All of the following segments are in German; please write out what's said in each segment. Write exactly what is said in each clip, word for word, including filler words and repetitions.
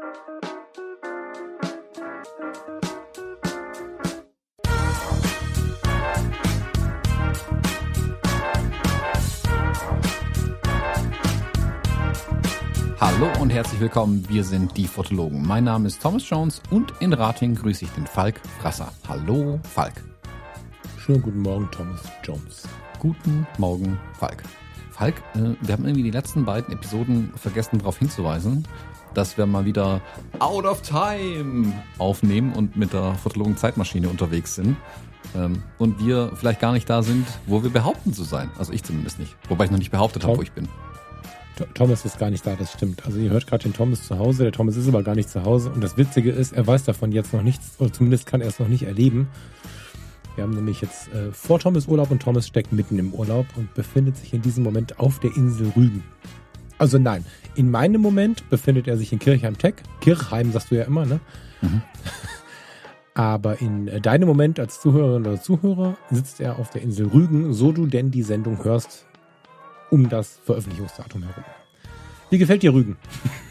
Hallo und herzlich willkommen, wir sind die Fotologen. Mein Name ist Thomas Jones und in Ratingen grüße ich den Falk Frasser. Hallo Falk. Schönen guten Morgen, Thomas Jones. Guten Morgen, Falk. Falk, äh, wir haben irgendwie die letzten beiden Episoden vergessen, darauf hinzuweisen, dass wir mal wieder out of time aufnehmen und mit der Fotologen-Zeitmaschine unterwegs sind. Ähm, und wir vielleicht gar nicht da sind, wo wir behaupten zu sein. Also ich zumindest nicht. Wobei ich noch nicht behauptet habe, wo ich bin. Thomas ist gar nicht da, das stimmt. Also ihr hört gerade den Thomas zu Hause, der Thomas ist aber gar nicht zu Hause. Und das Witzige ist, er weiß davon jetzt noch nichts, oder zumindest kann er es noch nicht erleben. Wir haben nämlich jetzt äh, vor Thomas Urlaub und Thomas steckt mitten im Urlaub und befindet sich in diesem Moment auf der Insel Rügen. Also nein, in meinem Moment befindet er sich in Kirchheim-Tech. Kirchheim sagst du ja immer, ne? Mhm. Aber in äh, deinem Moment als Zuhörerin oder Zuhörer sitzt er auf der Insel Rügen, so du denn die Sendung hörst, um das Veröffentlichungsdatum herum. Wie gefällt dir Rügen?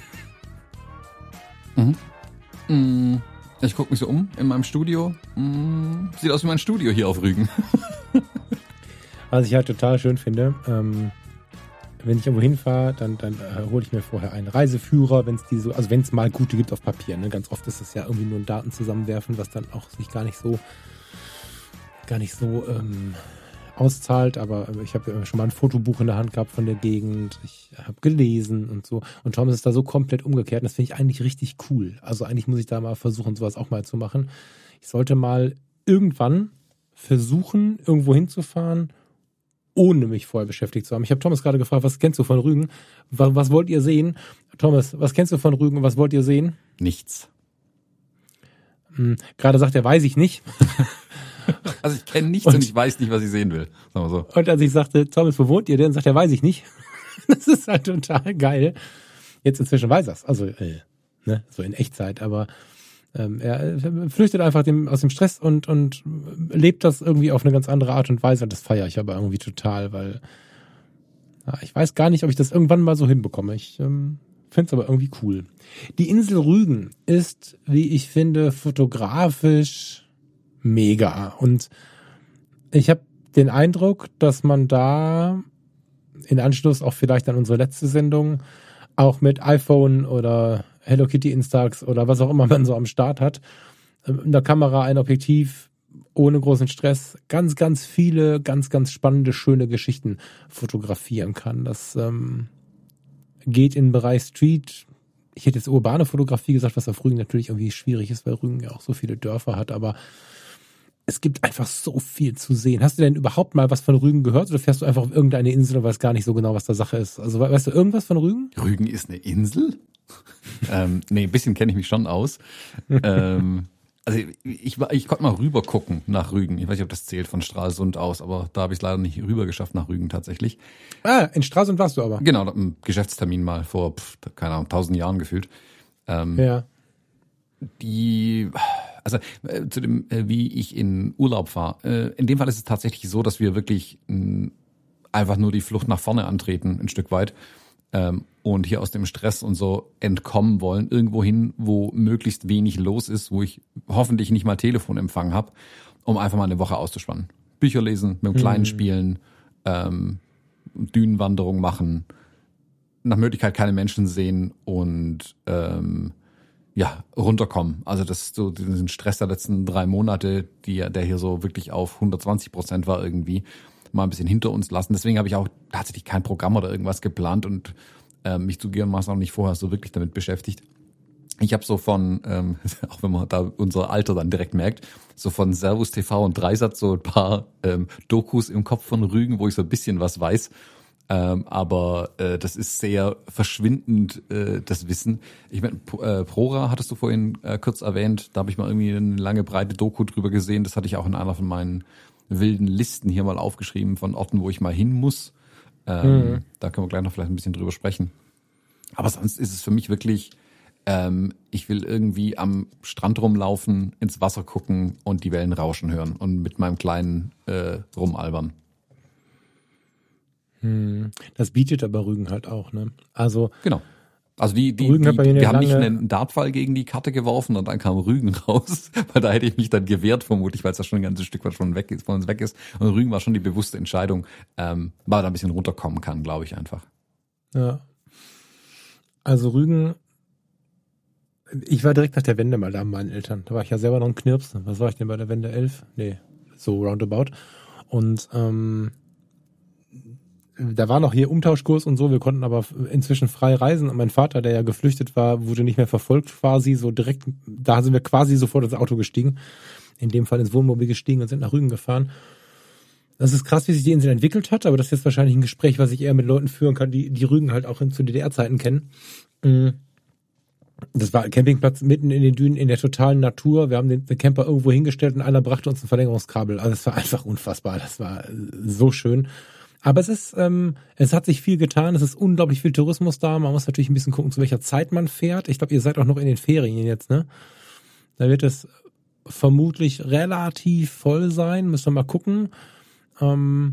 Mhm. Ich gucke mich so um in meinem Studio. Sieht aus wie mein Studio hier auf Rügen. Was ich halt total schön finde, ähm, wenn ich irgendwo hinfahre, dann, dann äh, hole ich mir vorher einen Reiseführer, wenn es die so, also wenn es mal gute gibt auf Papier. Ne? Ganz oft ist es ja irgendwie nur ein Daten zusammenwerfen, was dann auch sich gar nicht so, gar nicht so ähm, auszahlt, aber ich habe schon mal ein Fotobuch in der Hand gehabt von der Gegend, ich habe gelesen und so und Thomas ist da so komplett umgekehrt und das finde ich eigentlich richtig cool. Also eigentlich muss ich da mal versuchen, sowas auch mal zu machen. Ich sollte mal irgendwann versuchen, irgendwo hinzufahren, ohne mich vorher beschäftigt zu haben. Ich habe Thomas gerade gefragt, was kennst du von Rügen? Was, was wollt ihr sehen? Thomas, was kennst du von Rügen und was wollt ihr sehen? Nichts. Hm, gerade sagt er, weiß ich nicht. Also ich kenne nichts und, und ich weiß nicht, was ich sehen will. Sagen wir so. Und als ich sagte, Thomas, wo wohnt ihr denn? Sagt er, weiß ich nicht. Das ist halt total geil. Jetzt inzwischen weiß er es. Also, äh, ne, so in Echtzeit. Aber ähm, er flüchtet einfach dem, aus dem Stress und, und lebt das irgendwie auf eine ganz andere Art und Weise. Und das feiere ich aber irgendwie total, weil ja, ich weiß gar nicht, ob ich das irgendwann mal so hinbekomme. Ich ähm, finde es aber irgendwie cool. Die Insel Rügen ist, wie ich finde, fotografisch mega. Und ich habe den Eindruck, dass man da in Anschluss auch vielleicht an unsere letzte Sendung auch mit iPhone oder Hello Kitty Instax oder was auch immer man so am Start hat, in der Kamera ein Objektiv ohne großen Stress ganz, ganz viele, ganz, ganz spannende, schöne Geschichten fotografieren kann. Das ähm, geht in den Bereich Street. Ich hätte jetzt urbane Fotografie gesagt, was auf Rügen natürlich irgendwie schwierig ist, weil Rügen ja auch so viele Dörfer hat, aber es gibt einfach so viel zu sehen. Hast du denn überhaupt mal was von Rügen gehört oder fährst du einfach auf irgendeine Insel und weißt gar nicht so genau, was da Sache ist? Also weißt du irgendwas von Rügen? Rügen ist eine Insel? ähm, nee, ein bisschen kenne ich mich schon aus. ähm, also ich, ich, ich konnte mal rüber gucken nach Rügen. Ich weiß nicht, ob das zählt von Stralsund aus, aber da habe ich es leider nicht rüber geschafft nach Rügen tatsächlich. Ah, in Stralsund warst du aber? Genau, ein Geschäftstermin mal vor, pf, keine Ahnung, tausend Jahren gefühlt. Ähm, ja. Die... Also äh, zu dem, äh, wie ich in Urlaub fahre. Äh, in dem Fall ist es tatsächlich so, dass wir wirklich mh, einfach nur die Flucht nach vorne antreten, ein Stück weit. Ähm, und hier aus dem Stress und so entkommen wollen. Irgendwo hin, wo möglichst wenig los ist, wo ich hoffentlich nicht mal Telefonempfang habe, um einfach mal eine Woche auszuspannen. Bücher lesen, mit dem Kleinen hm. spielen, ähm, Dünenwanderung machen, nach Möglichkeit keine Menschen sehen und ähm, ja, runterkommen. Also das ist so diesen Stress der letzten drei Monate, die der hier so wirklich auf hundertzwanzig Prozent war irgendwie, mal ein bisschen hinter uns lassen. Deswegen habe ich auch tatsächlich kein Programm oder irgendwas geplant und äh, mich zugegebenermaßen auch nicht vorher so wirklich damit beschäftigt. Ich habe so von, ähm, auch wenn man da unser Alter dann direkt merkt, so von Servus T V und Dreisat so ein paar ähm, Dokus im Kopf von Rügen, wo ich so ein bisschen was weiß. Ähm, aber äh, das ist sehr verschwindend, äh, das Wissen. Ich meine, äh, Prora hattest du vorhin äh, kurz erwähnt, da habe ich mal irgendwie eine lange, breite Doku drüber gesehen. Das hatte ich auch in einer von meinen wilden Listen hier mal aufgeschrieben von Orten, wo ich mal hin muss. Ähm, mhm. Da können wir gleich noch vielleicht ein bisschen drüber sprechen. Aber sonst ist es für mich wirklich, ähm, ich will irgendwie am Strand rumlaufen, ins Wasser gucken und die Wellen rauschen hören und mit meinem Kleinen äh, rumalbern. Das bietet aber Rügen halt auch, ne? Also genau. Also die, die, Rügen die, hat bei mir wir haben lange- nicht einen Dartpfeil gegen die Karte geworfen und dann kam Rügen raus, weil da hätte ich mich dann gewehrt vermutlich, weil es da schon ein ganzes Stück weit schon weg ist, von uns weg ist. Und Rügen war schon die bewusste Entscheidung, ähm, weil er da ein bisschen runterkommen kann, glaube ich einfach. Ja. Also Rügen, ich war direkt nach der Wende mal da mit meinen Eltern. Da war ich ja selber noch ein Knirps. Was war ich denn bei der Wende? elf? Nee, so roundabout. Und ähm, da war noch hier Umtauschkurs und so, wir konnten aber inzwischen frei reisen und mein Vater, der ja geflüchtet war, wurde nicht mehr verfolgt quasi, so direkt, da sind wir quasi sofort ins Auto gestiegen, in dem Fall ins Wohnmobil gestiegen und sind nach Rügen gefahren. Das ist krass, wie sich die Insel entwickelt hat, aber das ist jetzt wahrscheinlich ein Gespräch, was ich eher mit Leuten führen kann, die die Rügen halt auch in, zu D D R-Zeiten kennen. Das war ein Campingplatz mitten in den Dünen, in der totalen Natur. Wir haben den, den Camper irgendwo hingestellt und einer brachte uns ein Verlängerungskabel. Also es war einfach unfassbar, das war so schön. Aber es ist, ähm, es hat sich viel getan, es ist unglaublich viel Tourismus da. Man muss natürlich ein bisschen gucken, zu welcher Zeit man fährt. Ich glaube, ihr seid auch noch in den Ferien jetzt, ne? Da wird es vermutlich relativ voll sein, müssen wir mal gucken. Ähm,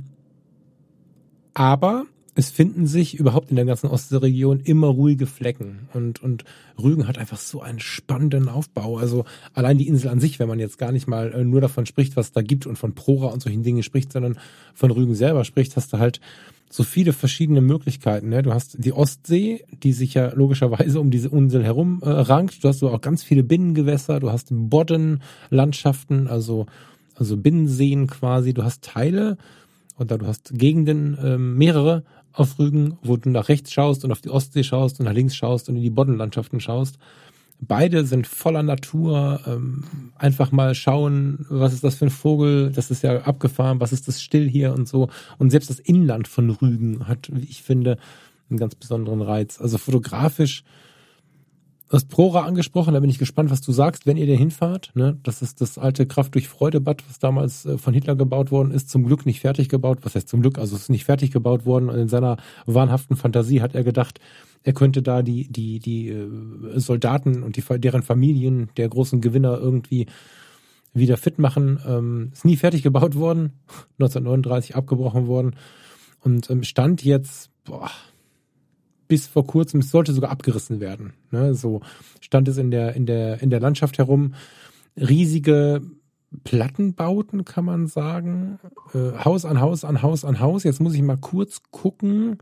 aber es finden sich überhaupt in der ganzen Ostseeregion immer ruhige Flecken. Und, und Rügen hat einfach so einen spannenden Aufbau. Also allein die Insel an sich, wenn man jetzt gar nicht mal nur davon spricht, was es da gibt und von Prora und solchen Dingen spricht, sondern von Rügen selber spricht, hast du halt so viele verschiedene Möglichkeiten. Ne? Du hast die Ostsee, die sich ja logischerweise um diese Insel herum äh, rankt. Du hast so auch ganz viele Binnengewässer. Du hast Boddenlandschaften, also, also Binnenseen quasi. Du hast Teile oder du hast Gegenden, ähm, mehrere auf Rügen, wo du nach rechts schaust und auf die Ostsee schaust und nach links schaust und in die Boddenlandschaften schaust. Beide sind voller Natur. Ähm, einfach mal schauen, was ist das für ein Vogel? Das ist ja abgefahren. Was ist das still hier und so? Und selbst das Inland von Rügen hat, wie ich finde, einen ganz besonderen Reiz. Also fotografisch. Du hast Prora angesprochen, da bin ich gespannt, was du sagst, wenn ihr da hinfahrt. Ne? Das ist das alte Kraft durch Freude-Bad, was damals äh, von Hitler gebaut worden ist, zum Glück nicht fertig gebaut. Was heißt zum Glück? Also es ist nicht fertig gebaut worden. Und in seiner wahnhaften Fantasie hat er gedacht, er könnte da die die die äh, Soldaten und die deren Familien der großen Gewinner irgendwie wieder fit machen. Ähm, ist nie fertig gebaut worden, neunzehnhundertneununddreißig abgebrochen worden und ähm, stand jetzt, boah, bis vor kurzem, es sollte sogar abgerissen werden. Ne? So stand es in der, in der, in der Landschaft herum. Riesige Plattenbauten, kann man sagen. Äh, Haus an Haus an Haus an Haus. Jetzt muss ich mal kurz gucken.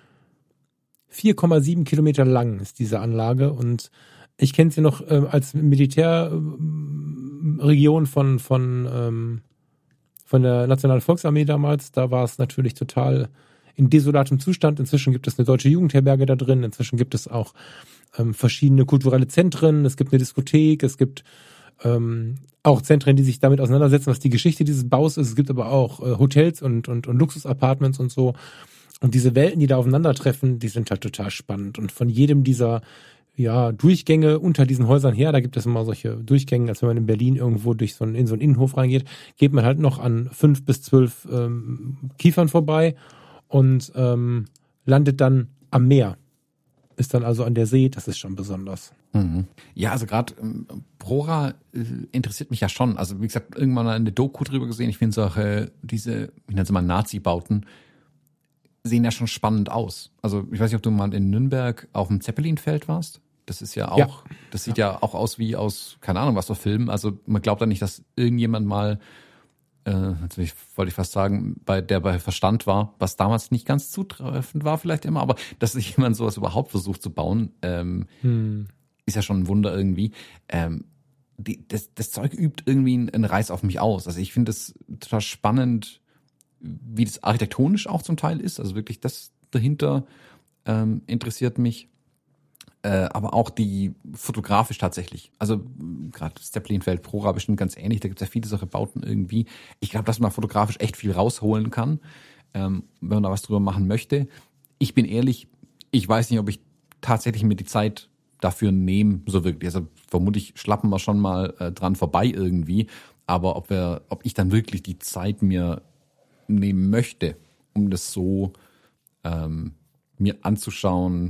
vier Komma sieben Kilometer lang ist diese Anlage und ich kenne sie noch äh, als Militärregion von, von, ähm, von der Nationalen Volksarmee damals. Da war es natürlich total in desolatem Zustand. Inzwischen gibt es eine deutsche Jugendherberge da drin. Inzwischen gibt es auch ähm, verschiedene kulturelle Zentren. Es gibt eine Diskothek. Es gibt ähm, auch Zentren, die sich damit auseinandersetzen, was die Geschichte dieses Baus ist. Es gibt aber auch äh, Hotels und, und, und Luxusapartments und so. Und diese Welten, die da aufeinandertreffen, die sind halt total spannend. Und von jedem dieser ja, Durchgänge unter diesen Häusern her, da gibt es immer solche Durchgänge, als wenn man in Berlin irgendwo durch so einen, in so einen Innenhof reingeht, geht man halt noch an fünf bis zwölf ähm, Kiefern vorbei und ähm, landet dann am Meer. Ist dann also an der See, das ist schon besonders. Mhm. Ja, also gerade ähm, Prora äh, interessiert mich ja schon. Also wie gesagt, irgendwann eine Doku drüber gesehen. Ich finde so auch äh, diese, ich nenne es mal Nazi-Bauten, sehen ja schon spannend aus. Also ich weiß nicht, ob du mal in Nürnberg auf dem Zeppelinfeld warst. Das ist ja auch, ja. das sieht ja. ja auch aus wie aus, keine Ahnung, was für Filmen. Also man glaubt ja nicht, dass irgendjemand mal, äh, jetzt wollte ich fast sagen, bei der bei Verstand war, was damals nicht ganz zutreffend war vielleicht immer, aber dass sich jemand sowas überhaupt versucht zu bauen, ähm, hm. ist ja schon ein Wunder irgendwie. Ähm, die, das, das Zeug übt irgendwie einen Reiz auf mich aus. Also ich finde es total spannend, wie das architektonisch auch zum Teil ist. Also wirklich das dahinter ähm, interessiert mich. Äh, aber auch die fotografisch tatsächlich. Also gerade Zeppelinfeld, Prora bestimmt ganz ähnlich. Da gibt es ja viele solche Bauten irgendwie. Ich glaube, dass man fotografisch echt viel rausholen kann, ähm, wenn man da was drüber machen möchte. Ich bin ehrlich, ich weiß nicht, ob ich tatsächlich mir die Zeit dafür nehme, so wirklich. Also vermutlich schlappen wir schon mal äh, dran vorbei irgendwie. Aber ob wir, ob ich dann wirklich die Zeit mir nehmen möchte, um das so ähm, mir anzuschauen,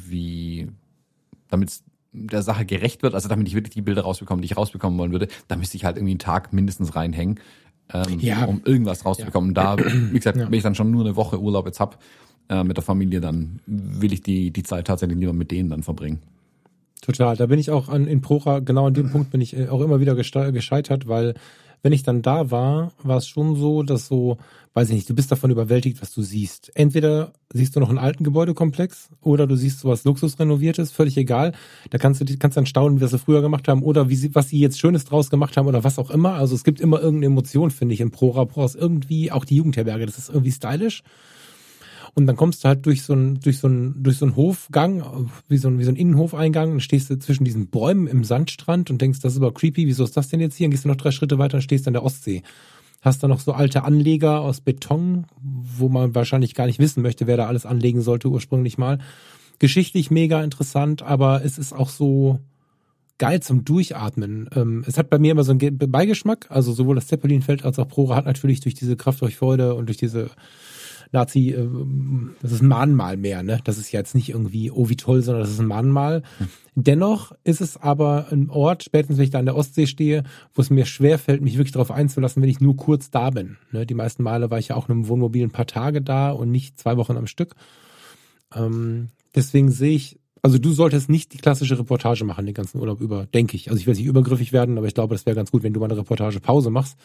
wie damit es der Sache gerecht wird, also damit ich wirklich die Bilder rausbekomme, die ich rausbekommen wollen würde, da müsste ich halt irgendwie einen Tag mindestens reinhängen, ähm, ja. um irgendwas rauszubekommen. Ja. Da, wie gesagt, ja. wenn ich dann schon nur eine Woche Urlaub jetzt hab, äh, mit der Familie, dann will ich die, die Zeit tatsächlich lieber mit denen dann verbringen. Total, da bin ich auch an, in Prora, genau an dem Punkt bin ich auch immer wieder gescheitert, weil wenn ich dann da war, war es schon so, dass so, weiß ich nicht, du bist davon überwältigt, was du siehst. Entweder siehst du noch einen alten Gebäudekomplex oder du siehst sowas Luxusrenoviertes, völlig egal. Da kannst du kannst dann staunen, was sie früher gemacht haben oder wie sie, was sie jetzt Schönes draus gemacht haben oder was auch immer. Also es gibt immer irgendeine Emotion, finde ich, in Prora. Prora ist irgendwie, auch die Jugendherberge, das ist irgendwie stylisch. Und dann kommst du halt durch so einen, durch so einen, durch so einen Hofgang, wie so ein, wie so ein Innenhofeingang, und stehst du zwischen diesen Bäumen im Sandstrand und denkst, das ist aber creepy, wieso ist das denn jetzt hier? Und gehst du noch drei Schritte weiter und stehst an der Ostsee. Hast da noch so alte Anleger aus Beton, wo man wahrscheinlich gar nicht wissen möchte, wer da alles anlegen sollte ursprünglich mal. Geschichtlich mega interessant, aber es ist auch so geil zum Durchatmen. Ähm, es hat bei mir immer so einen Beigeschmack, also sowohl das Zeppelinfeld als auch Prora hat natürlich durch diese Kraft, durch Freude und durch diese Nazi, äh, das ist ein Mahnmal mehr, ne? Das ist ja jetzt nicht irgendwie, oh wie toll, sondern das ist ein Mahnmal. Hm. Dennoch ist es aber ein Ort, spätestens wenn ich da an der Ostsee stehe, wo es mir schwerfällt, mich wirklich darauf einzulassen, wenn ich nur kurz da bin. Ne? Die meisten Male war ich ja auch in einem Wohnmobil ein paar Tage da und nicht zwei Wochen am Stück. Ähm, deswegen sehe ich, also du solltest nicht die klassische Reportage machen den ganzen Urlaub über, denke ich. Also ich will nicht übergriffig werden, aber ich glaube, das wäre ganz gut, wenn du mal eine Reportagepause machst.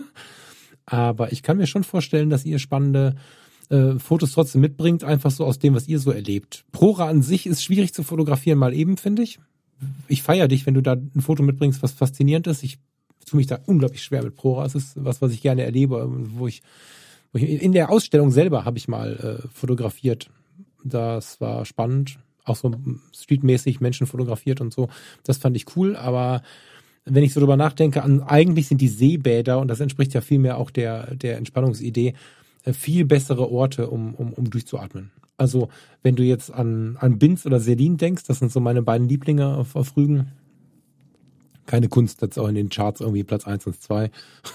Aber ich kann mir schon vorstellen, dass ihr spannende Äh, Fotos trotzdem mitbringt, einfach so aus dem, was ihr so erlebt. Prora an sich ist schwierig zu fotografieren, mal eben, finde ich. Ich feiere dich, wenn du da ein Foto mitbringst, was faszinierend ist. Ich tue mich da unglaublich schwer mit Prora. Es ist was, was ich gerne erlebe, wo ich, wo ich in der Ausstellung selber habe ich mal äh, fotografiert. Das war spannend. Auch so streetmäßig Menschen fotografiert und so. Das fand ich cool, aber wenn ich so drüber nachdenke, an, eigentlich sind die Seebäder, und das entspricht ja vielmehr auch der, der Entspannungsidee, viel bessere Orte, um, um, um durchzuatmen. Also wenn du jetzt an, an Binz oder Selin denkst, das sind so meine beiden Lieblinge auf, auf Rügen. Keine Kunst, das ist auch in den Charts irgendwie Platz eins und zwei.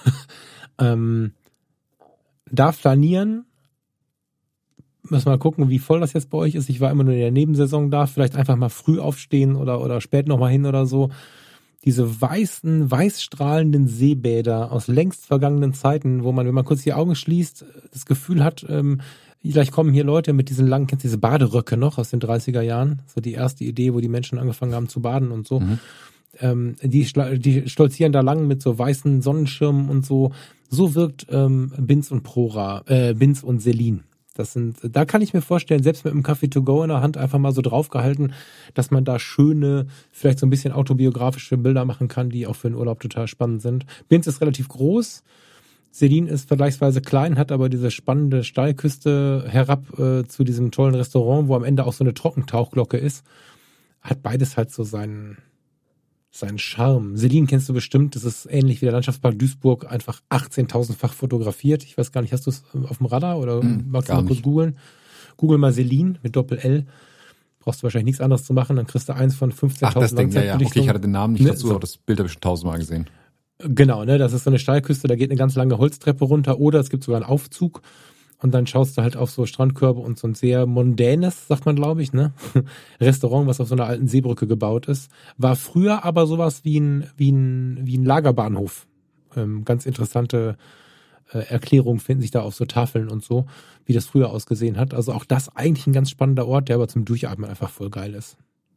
ähm, da flanieren, müssen wir mal gucken, wie voll das jetzt bei euch ist. Ich war immer nur in der Nebensaison da, vielleicht einfach mal früh aufstehen oder, oder spät nochmal hin oder so. Diese weißen, weißstrahlenden Seebäder aus längst vergangenen Zeiten, wo man, wenn man kurz die Augen schließt, das Gefühl hat, ähm, vielleicht kommen hier Leute mit diesen langen, kennst du diese Baderöcke noch aus den dreißiger Jahren? So die erste Idee, wo die Menschen angefangen haben zu baden und so. Mhm. Ähm, die, die stolzieren da lang mit so weißen Sonnenschirmen und so. So wirkt ähm, Binz und Prora, äh, Binz und Selin. Das sind, da kann ich mir vorstellen, selbst mit einem Kaffee to go in der Hand einfach mal so draufgehalten, dass man da schöne, vielleicht so ein bisschen autobiografische Bilder machen kann, die auch für den Urlaub total spannend sind. Binz ist relativ groß, Selin ist vergleichsweise klein, hat aber diese spannende Steilküste herab äh, zu diesem tollen Restaurant, wo am Ende auch so eine Trockentauchglocke ist. Hat beides halt so seinen, seinen Charme. Selin kennst du bestimmt, das ist ähnlich wie der Landschaftspark Duisburg, einfach achtzehntausendfach fotografiert. Ich weiß gar nicht, hast du es auf dem Radar oder hm, magst du mal kurz googeln? Google mal Selin mit Doppel-L. Brauchst du wahrscheinlich nichts anderes zu machen, dann kriegst du eins von fünfzehntausend. Ach, das Ding, ja, ja. Okay, ich hatte den Namen nicht dazu, aber das Bild habe ich schon tausendmal gesehen. Genau, ne, das ist so eine Steilküste, da geht eine ganz lange Holztreppe runter oder es gibt sogar einen Aufzug und dann schaust du halt auf so Strandkörbe und so ein sehr mondänes, sagt man glaube ich, ne, Restaurant, was auf so einer alten Seebrücke gebaut ist. War früher aber sowas wie ein, wie ein, wie ein Lagerbahnhof. Ähm, ganz interessante äh, Erklärungen finden sich da auf so Tafeln und so, wie das früher ausgesehen hat. Also auch das eigentlich ein ganz spannender Ort, der aber zum Durchatmen einfach voll geil ist.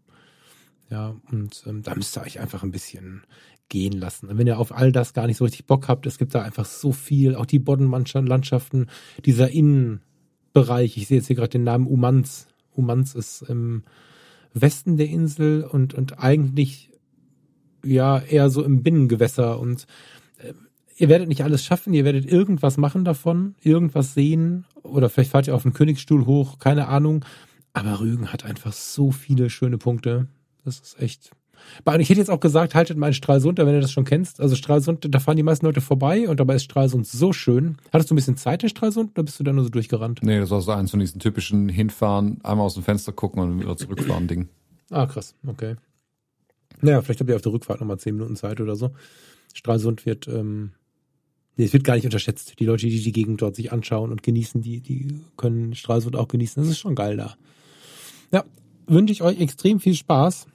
Ja, und ähm, da müsst ihr euch einfach ein bisschen gehen lassen. Und wenn ihr auf all das gar nicht so richtig Bock habt, es gibt da einfach so viel, auch die Boddenlandschaften, dieser Innenbereich, ich sehe jetzt hier gerade den Namen Umans. Umans ist im Westen der Insel und, und eigentlich ja eher so im Binnengewässer und äh, ihr werdet nicht alles schaffen, ihr werdet irgendwas machen davon, irgendwas sehen oder vielleicht fahrt ihr auf den Königsstuhl hoch, keine Ahnung, aber Rügen hat einfach so viele schöne Punkte. Das ist echt. Ich hätte jetzt auch gesagt, haltet mal in Stralsund, wenn du das schon kennst. Also Stralsund, da fahren die meisten Leute vorbei und dabei ist Stralsund so schön. Hattest du ein bisschen Zeit in Stralsund oder bist du da nur so durchgerannt? Nee, das war so eins von diesen typischen Hinfahren, einmal aus dem Fenster gucken und wieder zurückfahren Ding. Ah, krass, okay. Naja, vielleicht habt ihr auf der Rückfahrt nochmal zehn Minuten Zeit oder so. Stralsund wird, ähm, nee, es wird gar nicht unterschätzt. Die Leute, die die Gegend dort sich anschauen und genießen, die, die können Stralsund auch genießen. Das ist schon geil da. Ja, wünsche ich euch extrem viel Spaß.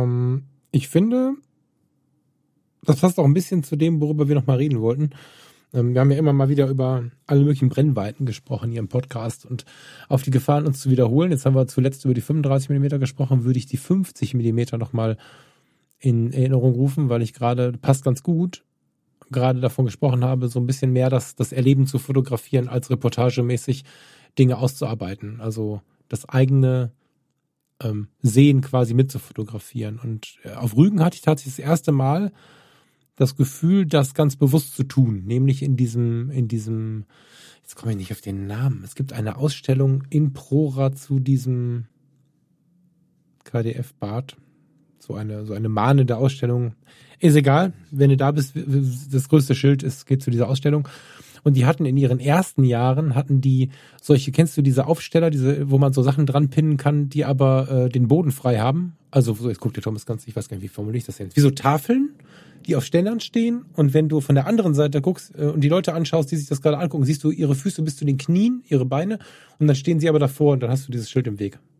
Ich finde, das passt auch ein bisschen zu dem, worüber wir noch mal reden wollten. Ähm, wir haben ja immer mal wieder über alle möglichen Brennweiten gesprochen hier im Podcast und auf die Gefahren uns zu wiederholen. Jetzt haben wir zuletzt über die fünfunddreißig Millimeter gesprochen, würde ich die fünfzig Millimeter nochmal in Erinnerung rufen, weil ich gerade, passt ganz gut, gerade davon gesprochen habe, so ein bisschen mehr das, das Erleben zu fotografieren, als reportagemäßig Dinge auszuarbeiten. Also das eigene ähm, Sehen quasi mitzufotografieren. Und äh, auf Rügen hatte ich tatsächlich das erste Mal das Gefühl, das ganz bewusst zu tun, nämlich in diesem, in diesem, jetzt komme ich nicht auf den Namen, es gibt eine Ausstellung in Prora zu diesem K D F-Bad, so eine, so eine mahnende Ausstellung, ist egal, wenn du da bist, das größte Schild ist, geht zu dieser Ausstellung. Und die hatten in ihren ersten Jahren, hatten die solche, kennst du diese Aufsteller, diese, wo man so Sachen dran pinnen kann, die aber äh, den Boden frei haben? Also, so, jetzt guck dir Thomas ganz, ich weiß gar nicht, wie formuliere ich das jetzt? Wie so Tafeln, die auf Ständern stehen. Und wenn du von der anderen Seite guckst äh, und die Leute anschaust, die sich das gerade angucken, siehst du ihre Füße bis zu den Knien, ihre Beine. Und dann stehen sie aber davor und dann hast du dieses Schild im Weg.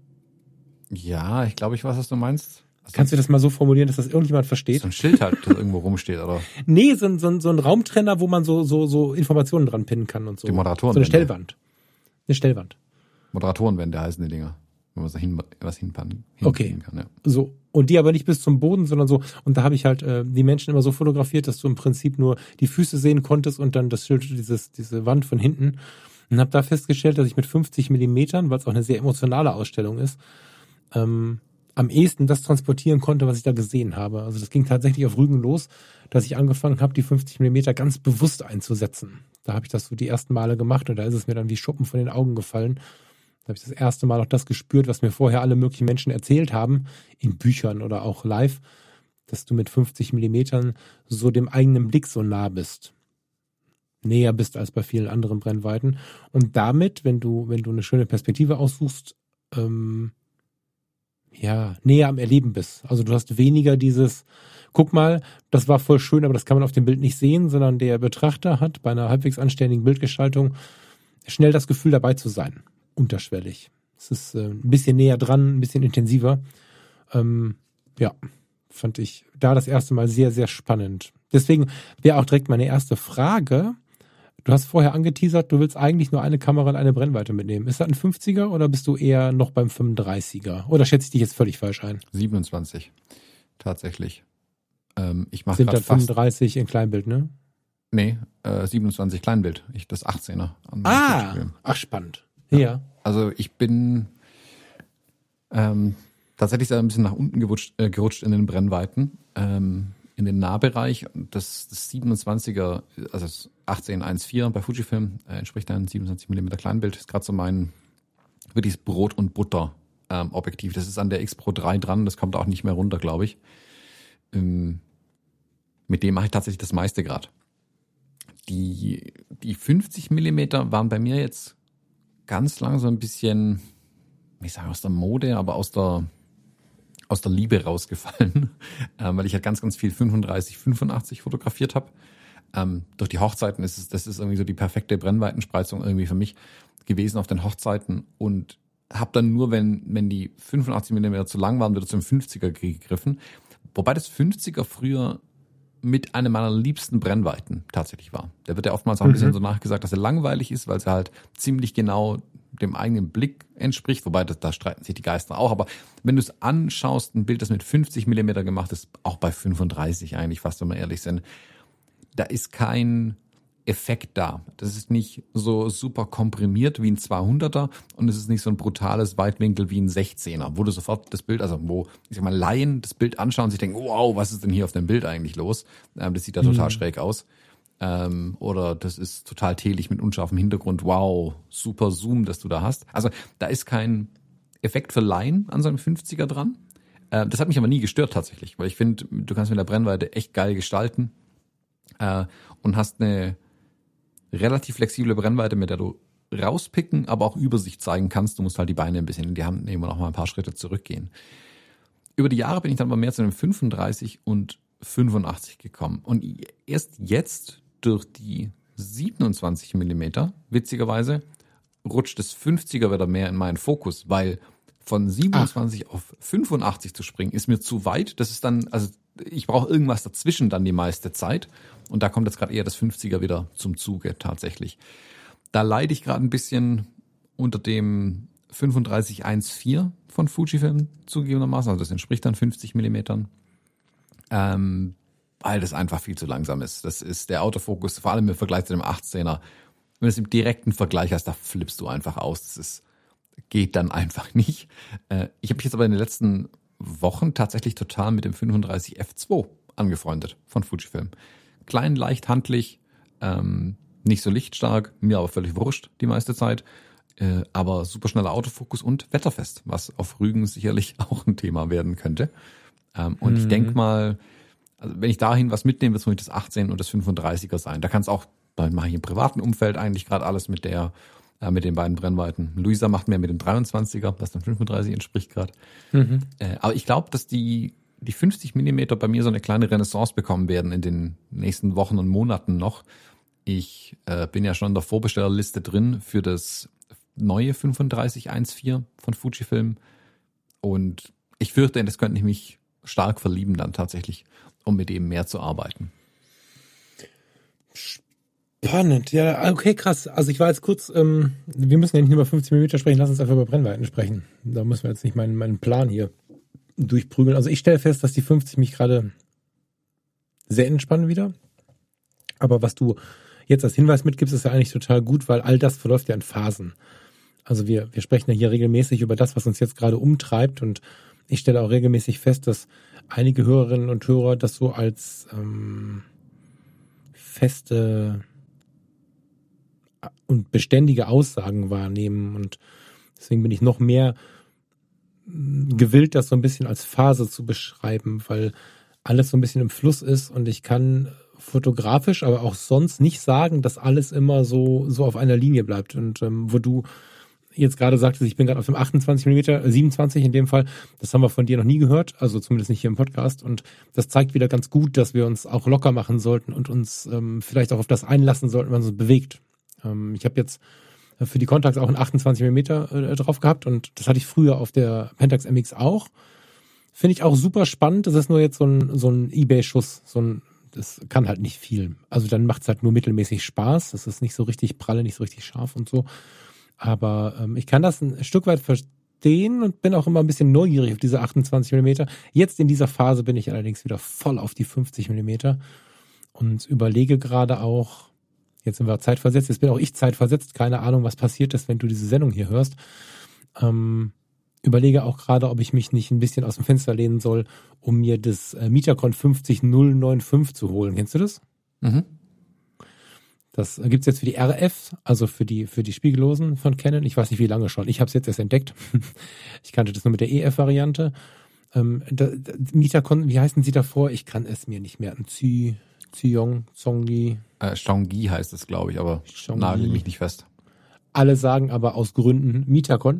Ja, ich glaube, ich weiß, was du meinst. Also kannst du das mal so formulieren, dass das irgendjemand versteht? So ein Schild halt, das irgendwo rumsteht, oder? Nee, so ein, so ein, so ein Raumtrenner, wo man so, so, so Informationen dran pinnen kann und so. Die Moderatoren. So eine Stellwand. Eine Stellwand. Moderatorenwände heißen die Dinger. Wenn man so hin, was hinpannen okay. kann, ja. So. Und die aber nicht bis zum Boden, sondern so. Und da habe ich halt äh, die Menschen immer so fotografiert, dass du im Prinzip nur die Füße sehen konntest und dann das Schild, dieses, diese Wand von hinten. Und habe da festgestellt, dass ich mit fünfzig Millimetern, weil es auch eine sehr emotionale Ausstellung ist, ähm, am ehesten das transportieren konnte, was ich da gesehen habe. Also das ging tatsächlich auf Rügen los, dass ich angefangen habe, die fünfzig Millimeter ganz bewusst einzusetzen. Da habe ich das so die ersten Male gemacht und da ist es mir dann wie Schuppen von den Augen gefallen. Da habe ich das erste Mal auch das gespürt, was mir vorher alle möglichen Menschen erzählt haben, in Büchern oder auch live, dass du mit fünfzig Millimetern so dem eigenen Blick so nah bist. Näher bist als bei vielen anderen Brennweiten. Und damit, wenn du, wenn du eine schöne Perspektive aussuchst, ähm, ja, näher am Erleben bist. Also du hast weniger dieses, guck mal, das war voll schön, aber das kann man auf dem Bild nicht sehen, sondern der Betrachter hat bei einer halbwegs anständigen Bildgestaltung schnell das Gefühl, dabei zu sein. Unterschwellig. Es ist äh, ein bisschen näher dran, ein bisschen intensiver. Ähm, ja, fand ich da das erste Mal sehr, sehr spannend. Deswegen wäre auch direkt meine erste Frage. Du hast vorher angeteasert, du willst eigentlich nur eine Kamera und eine Brennweite mitnehmen. Ist das ein fünfziger oder bist du eher noch beim fünfunddreißiger? Oder schätze ich dich jetzt völlig falsch ein? siebenundzwanzig. Tatsächlich. Ähm, ich mache Sind gerade dann fünfunddreißig in Kleinbild, ne? Nee, äh, siebenundzwanzig Kleinbild. Ich das achtzehner. Ah, ach spannend. Ja. ja. Also ich bin ähm, tatsächlich ein bisschen nach unten gerutscht, äh, gerutscht in den Brennweiten. Ähm, in den Nahbereich. Das, das siebenundzwanziger, also das achtzehn eins Komma vier bei Fujifilm, äh, entspricht ein siebenundzwanzig Millimeter Kleinbild. Ist gerade so mein wirkliches Brot- und Butter-Objektiv. Ähm, das ist an der X Pro drei dran, das kommt auch nicht mehr runter, glaube ich. Ähm, mit dem mache ich tatsächlich das meiste gerade. Die, die fünfzig Millimeter waren bei mir jetzt ganz lang so ein bisschen, ich sage aus der Mode, aber aus der aus der Liebe rausgefallen, ähm, weil ich halt ganz, ganz viel fünfunddreißig, fünfundachtzig fotografiert habe. Ähm, durch die Hochzeiten ist es, das ist irgendwie so die perfekte Brennweitenspreizung irgendwie für mich gewesen auf den Hochzeiten und habe dann nur, wenn wenn die fünfundachtzig Millimeter zu lang waren, wieder zum fünfziger gegriffen. Wobei das fünfziger früher mit einer meiner liebsten Brennweiten tatsächlich war. Der wird ja oftmals auch ein bisschen mhm. so nachgesagt, dass er langweilig ist, weil es halt ziemlich genau dem eigenen Blick entspricht, wobei das, da streiten sich die Geister auch, aber wenn du es anschaust, ein Bild, das mit fünfzig Millimeter gemacht ist, auch bei fünfunddreißig eigentlich fast, wenn wir ehrlich sind, da ist kein Effekt da. Das ist nicht so super komprimiert wie ein zweihunderter und es ist nicht so ein brutales Weitwinkel wie ein sechzehner, wo du sofort das Bild, also wo, ich sag mal, Laien das Bild anschauen und sich denken, wow, was ist denn hier auf dem Bild eigentlich los? Ähm, das sieht da total mhm. schräg aus. Ähm, oder das ist total telig mit unscharfem Hintergrund. Wow, super Zoom, das du da hast. Also da ist kein Effekt für Laien an so einem fünfziger dran. Äh, das hat mich aber nie gestört tatsächlich, weil ich finde, du kannst mit der Brennweite echt geil gestalten äh, und hast eine relativ flexible Brennweite, mit der du rauspicken, aber auch Übersicht zeigen kannst. Du musst halt die Beine ein bisschen in die Hand nehmen und auch mal ein paar Schritte zurückgehen. Über die Jahre bin ich dann aber mehr zu einem fünfunddreißig und fünfundachtzig gekommen. Und erst jetzt durch die siebenundzwanzig Millimeter, witzigerweise, rutscht das fünfziger wieder mehr in meinen Fokus, weil von siebenundzwanzig Ach. auf fünfundachtzig zu springen, ist mir zu weit. Das ist dann, also ich brauche irgendwas dazwischen dann die meiste Zeit. Und da kommt jetzt gerade eher das fünfziger wieder zum Zuge tatsächlich. Da leide ich gerade ein bisschen unter dem fünfunddreißig eins Komma vier von Fujifilm zugegebenermaßen. Also das entspricht dann fünfzig Millimetern. Ähm, weil das einfach viel zu langsam ist. Das ist der Autofokus, vor allem im Vergleich zu dem achtzehner. Wenn du es im direkten Vergleich hast, da flippst du einfach aus. Das ist, geht dann einfach nicht. Äh, ich habe mich jetzt aber in den letzten Wochen tatsächlich total mit dem fünfunddreißig F zwei angefreundet von Fujifilm. Klein, leicht, handlich, ähm, nicht so lichtstark, mir aber völlig wurscht die meiste Zeit. Äh, aber super schneller Autofokus und wetterfest, was auf Rügen sicherlich auch ein Thema werden könnte. Ähm, und mhm. ich denke mal, also wenn ich dahin was mitnehme, wird es ruhig das achtzehn und das fünfunddreißiger sein. Da kann es auch, da mache ich im privaten Umfeld eigentlich gerade alles mit der, äh, mit den beiden Brennweiten. Luisa macht mehr mit dem dreiundzwanziger, was dann fünfunddreißig entspricht gerade. Mhm. Äh, aber ich glaube, dass die, die fünfzig Millimeter bei mir so eine kleine Renaissance bekommen werden in den nächsten Wochen und Monaten noch. Ich äh, bin ja schon in der Vorbestellerliste drin für das neue fünfunddreißig eins Komma vier von Fujifilm. Und ich fürchte, das könnte ich mich stark verlieben dann tatsächlich, um mit dem mehr zu arbeiten. Spannend, ja, okay, krass. Also ich war jetzt kurz, ähm, wir müssen ja nicht nur über fünfzig Millimeter sprechen, lass uns einfach über Brennweiten sprechen. Da müssen wir jetzt nicht meinen, meinen Plan hier durchprügeln. Also ich stelle fest, dass die fünfzig mich gerade sehr entspannen wieder. Aber was du jetzt als Hinweis mitgibst, ist ja eigentlich total gut, weil all das verläuft ja in Phasen. Also wir, wir sprechen ja hier regelmäßig über das, was uns jetzt gerade umtreibt, und ich stelle auch regelmäßig fest, dass einige Hörerinnen und Hörer das so als ähm, feste und beständige Aussagen wahrnehmen, und deswegen bin ich noch mehr gewillt, das so ein bisschen als Phase zu beschreiben, weil alles so ein bisschen im Fluss ist, und ich kann fotografisch, aber auch sonst nicht sagen, dass alles immer so so auf einer Linie bleibt. Und ähm, wo du jetzt gerade sagtest, ich bin gerade auf dem achtundzwanzig Millimeter, siebenundzwanzig in dem Fall, das haben wir von dir noch nie gehört, also zumindest nicht hier im Podcast, und das zeigt wieder ganz gut, dass wir uns auch locker machen sollten und uns ähm, vielleicht auch auf das einlassen sollten, was uns bewegt. Ähm, ich habe jetzt für die Contax auch einen achtundzwanzig Millimeter äh, drauf gehabt, und das hatte ich früher auf der Pentax M X auch. Finde ich auch super spannend. Das ist nur jetzt so ein, so ein eBay-Schuss, so ein, das kann halt nicht viel. Also dann macht es halt nur mittelmäßig Spaß. Das ist nicht so richtig pralle, nicht so richtig scharf und so. Aber ähm, ich kann das ein Stück weit verstehen und bin auch immer ein bisschen neugierig auf diese achtundzwanzig Millimeter. Jetzt in dieser Phase bin ich allerdings wieder voll auf die fünfzig Millimeter und überlege gerade auch, jetzt sind wir zeitversetzt, jetzt bin auch ich zeitversetzt, keine Ahnung, was passiert ist, wenn du diese Sendung hier hörst. Ähm, überlege auch gerade, ob ich mich nicht ein bisschen aus dem Fenster lehnen soll, um mir das äh, Mitacon fünfzig null neun fünf zu holen. Kennst du das? Mhm. Das gibt's jetzt für die R F, also für die für die Spiegellosen von Canon. Ich weiß nicht, wie lange schon. Ich habe es jetzt erst entdeckt. Ich kannte das nur mit der E F-Variante. Ähm, da, da, Mitacon, wie heißen sie davor? Ich kann es mir nicht merken. Zi, Ziyong, Zongli. Äh, Xiongyi heißt es, glaube ich, aber nagel mich nicht fest. Alle sagen aber aus Gründen Mitacon.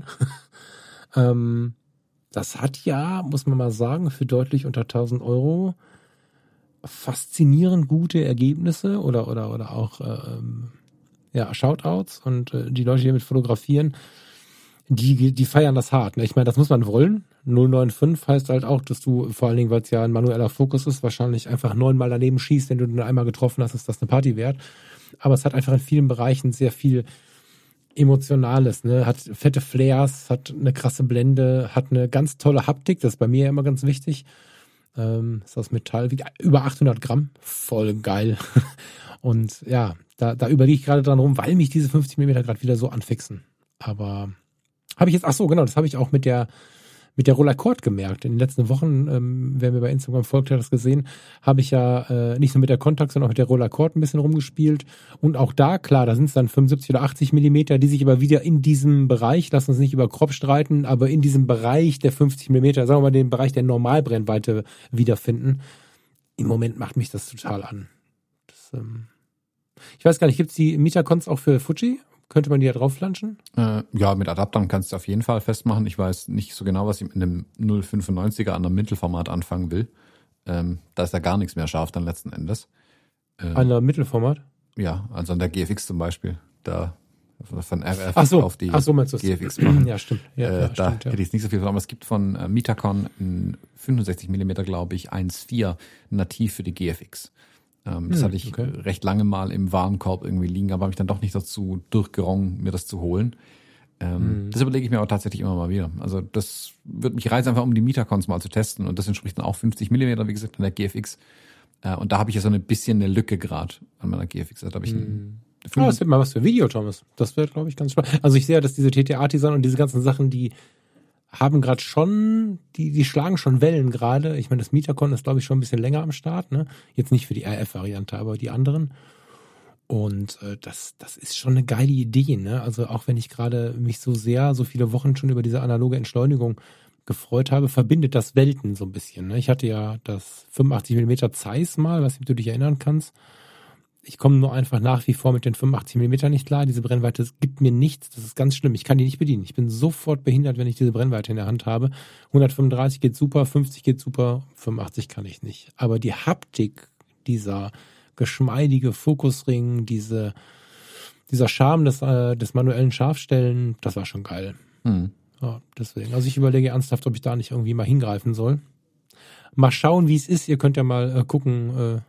ähm, das hat ja, muss man mal sagen, für deutlich unter tausend Euro faszinierend gute Ergebnisse oder oder oder auch ähm, ja Shoutouts, und äh, die Leute, die damit fotografieren, die die feiern das hart. Ne? Ich meine, das muss man wollen. null neun fünf heißt halt auch, dass du, vor allen Dingen, weil es ja ein manueller Fokus ist, wahrscheinlich einfach neunmal daneben schießt. Wenn du den einmal getroffen hast, ist das eine Party wert. Aber es hat einfach in vielen Bereichen sehr viel Emotionales, ne? Hat fette Flares, hat eine krasse Blende, hat eine ganz tolle Haptik. Das ist bei mir ja immer ganz wichtig. Ähm, ist aus Metall, wiegt über achthundert Gramm, voll geil. Und ja, da, da überlege ich gerade dran rum, weil mich diese fünfzig Millimeter gerade wieder so anfixen. Aber habe ich jetzt, ach so, genau, das habe ich auch mit der mit der Rolleicord gemerkt. In den letzten Wochen, ähm, wer mir bei Instagram folgt, hat das gesehen, habe ich ja äh, nicht nur mit der Contax, sondern auch mit der Rolleicord ein bisschen rumgespielt. Und auch da, klar, da sind es dann fünfundsiebzig oder achtzig Millimeter, die sich aber wieder in diesem Bereich, lass uns nicht über Crop streiten, aber in diesem Bereich der fünfzig Millimeter, sagen wir mal den Bereich der Normalbrennweite wiederfinden. Im Moment macht mich das total an. Das, ähm ich weiß gar nicht, gibt es die Mitacons auch für Fuji? Könnte man die da drauf flanschen? Äh, ja, mit Adaptern kannst du auf jeden Fall festmachen. Ich weiß nicht so genau, was ich mit einem null fünfundneunziger an einem Mittelformat anfangen will. Ähm, da ist ja gar nichts mehr scharf dann letzten Endes. Ähm, an der Mittelformat? Ja, also an der G F X zum Beispiel. Da von R F ach so, auf die ach so, meinst du G F X machen. Ja, stimmt. Ja, äh, ja, da stimmt, ja. hätte ich nicht so viel von, aber es gibt von äh, Mitacon ein fünfundsechzig Millimeter, glaube ich, eins Komma vier nativ für die G F X. Ähm, das Hm, hatte ich okay. recht lange mal im Warenkorb irgendwie liegen, aber habe mich dann doch nicht dazu durchgerungen, mir das zu holen. Ähm, Hm. Das überlege ich mir aber tatsächlich immer mal wieder. Also das wird mich reizen, einfach um die Mitacons mal zu testen, und das entspricht dann auch fünfzig Millimeter, wie gesagt, an der G F X. Äh, und da habe ich ja so ein bisschen eine Lücke gerade an meiner G F X. Da habe ich einen Oh, das wird mal was für Video, Thomas. Das wird, glaube ich, ganz spannend. Also ich sehe ja, dass diese T T A-Design und diese ganzen Sachen, die haben gerade schon, die, die schlagen schon Wellen gerade. Ich meine, das Mitacon ist, glaube ich, schon ein bisschen länger am Start, ne? Jetzt nicht für die R F-Variante, aber die anderen. Und äh, das, das ist schon eine geile Idee, ne? Also auch wenn ich gerade mich so sehr, so viele Wochen schon über diese analoge Entschleunigung gefreut habe, verbindet das Welten so ein bisschen, ne? Ich hatte ja das fünfundachtzig Millimeter Zeiss mal, was du dich erinnern kannst. Ich komme nur einfach nach wie vor mit den fünfundachtzig Millimeter nicht klar. Diese Brennweite, das gibt mir nichts. Das ist ganz schlimm. Ich kann die nicht bedienen. Ich bin sofort behindert, wenn ich diese Brennweite in der Hand habe. hundertfünfunddreißig geht super, fünfzig geht super, fünfundachtzig kann ich nicht. Aber die Haptik, dieser geschmeidige Fokusring, diese, dieser Charme des, äh, des manuellen Scharfstellen, das war schon geil. Hm. Ja, deswegen. Also ich überlege ernsthaft, ob ich da nicht irgendwie mal hingreifen soll. Mal schauen, wie es ist. Ihr könnt ja mal äh, gucken, äh,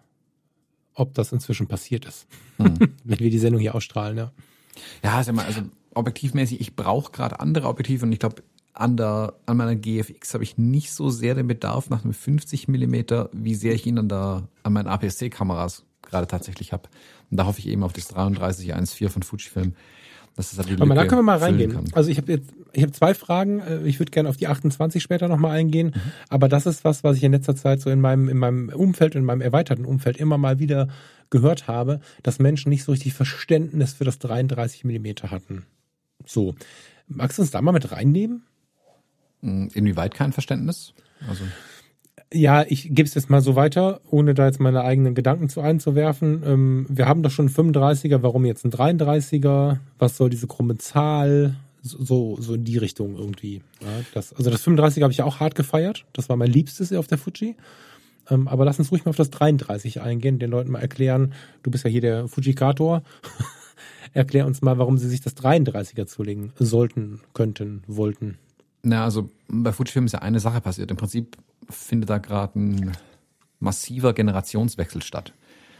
ob das inzwischen passiert ist. Hm. Wenn wir die Sendung hier ausstrahlen, ja. Ja, sag mal, also objektivmäßig, ich brauche gerade andere Objektive, und ich glaube, an der, an meiner G F X habe ich nicht so sehr den Bedarf nach einem fünfzig Millimeter, wie sehr ich ihn an der, an meinen A P S C-Kameras gerade tatsächlich habe. Und da hoffe ich eben auf das dreiunddreißig eins Komma vier von Fujifilm. Das ist halt die Aber da Lücke können wir mal füllen reingehen. kann. Also ich habe jetzt, ich habe zwei Fragen. Ich würde gerne auf die achtundzwanzig später nochmal eingehen. Mhm. Aber das ist was, was ich in letzter Zeit so in meinem, in meinem Umfeld, in meinem erweiterten Umfeld immer mal wieder gehört habe, dass Menschen nicht so richtig Verständnis für das dreiunddreißig Millimeter hatten. So. Magst du uns da mal mit reinnehmen? Inwieweit kein Verständnis? Also Ja, ich gebe es jetzt mal so weiter, ohne da jetzt meine eigenen Gedanken zu einzuwerfen. Ähm, wir haben doch schon einen fünfunddreißiger, warum jetzt ein dreiunddreißiger? Was soll diese krumme Zahl? So, so in die Richtung irgendwie. Ja, das, also das fünfunddreißiger habe ich ja auch hart gefeiert. Das war mein Liebstes auf der Fuji. Ähm, aber lass uns ruhig mal auf das dreiunddreißig eingehen, den Leuten mal erklären. Du bist ja hier der Fujikator. Erklär uns mal, warum sie sich das dreiunddreißiger zulegen sollten, könnten, wollten. Na, also bei Fujifilm ist ja eine Sache passiert. Im Prinzip findet da gerade ein massiver Generationswechsel statt.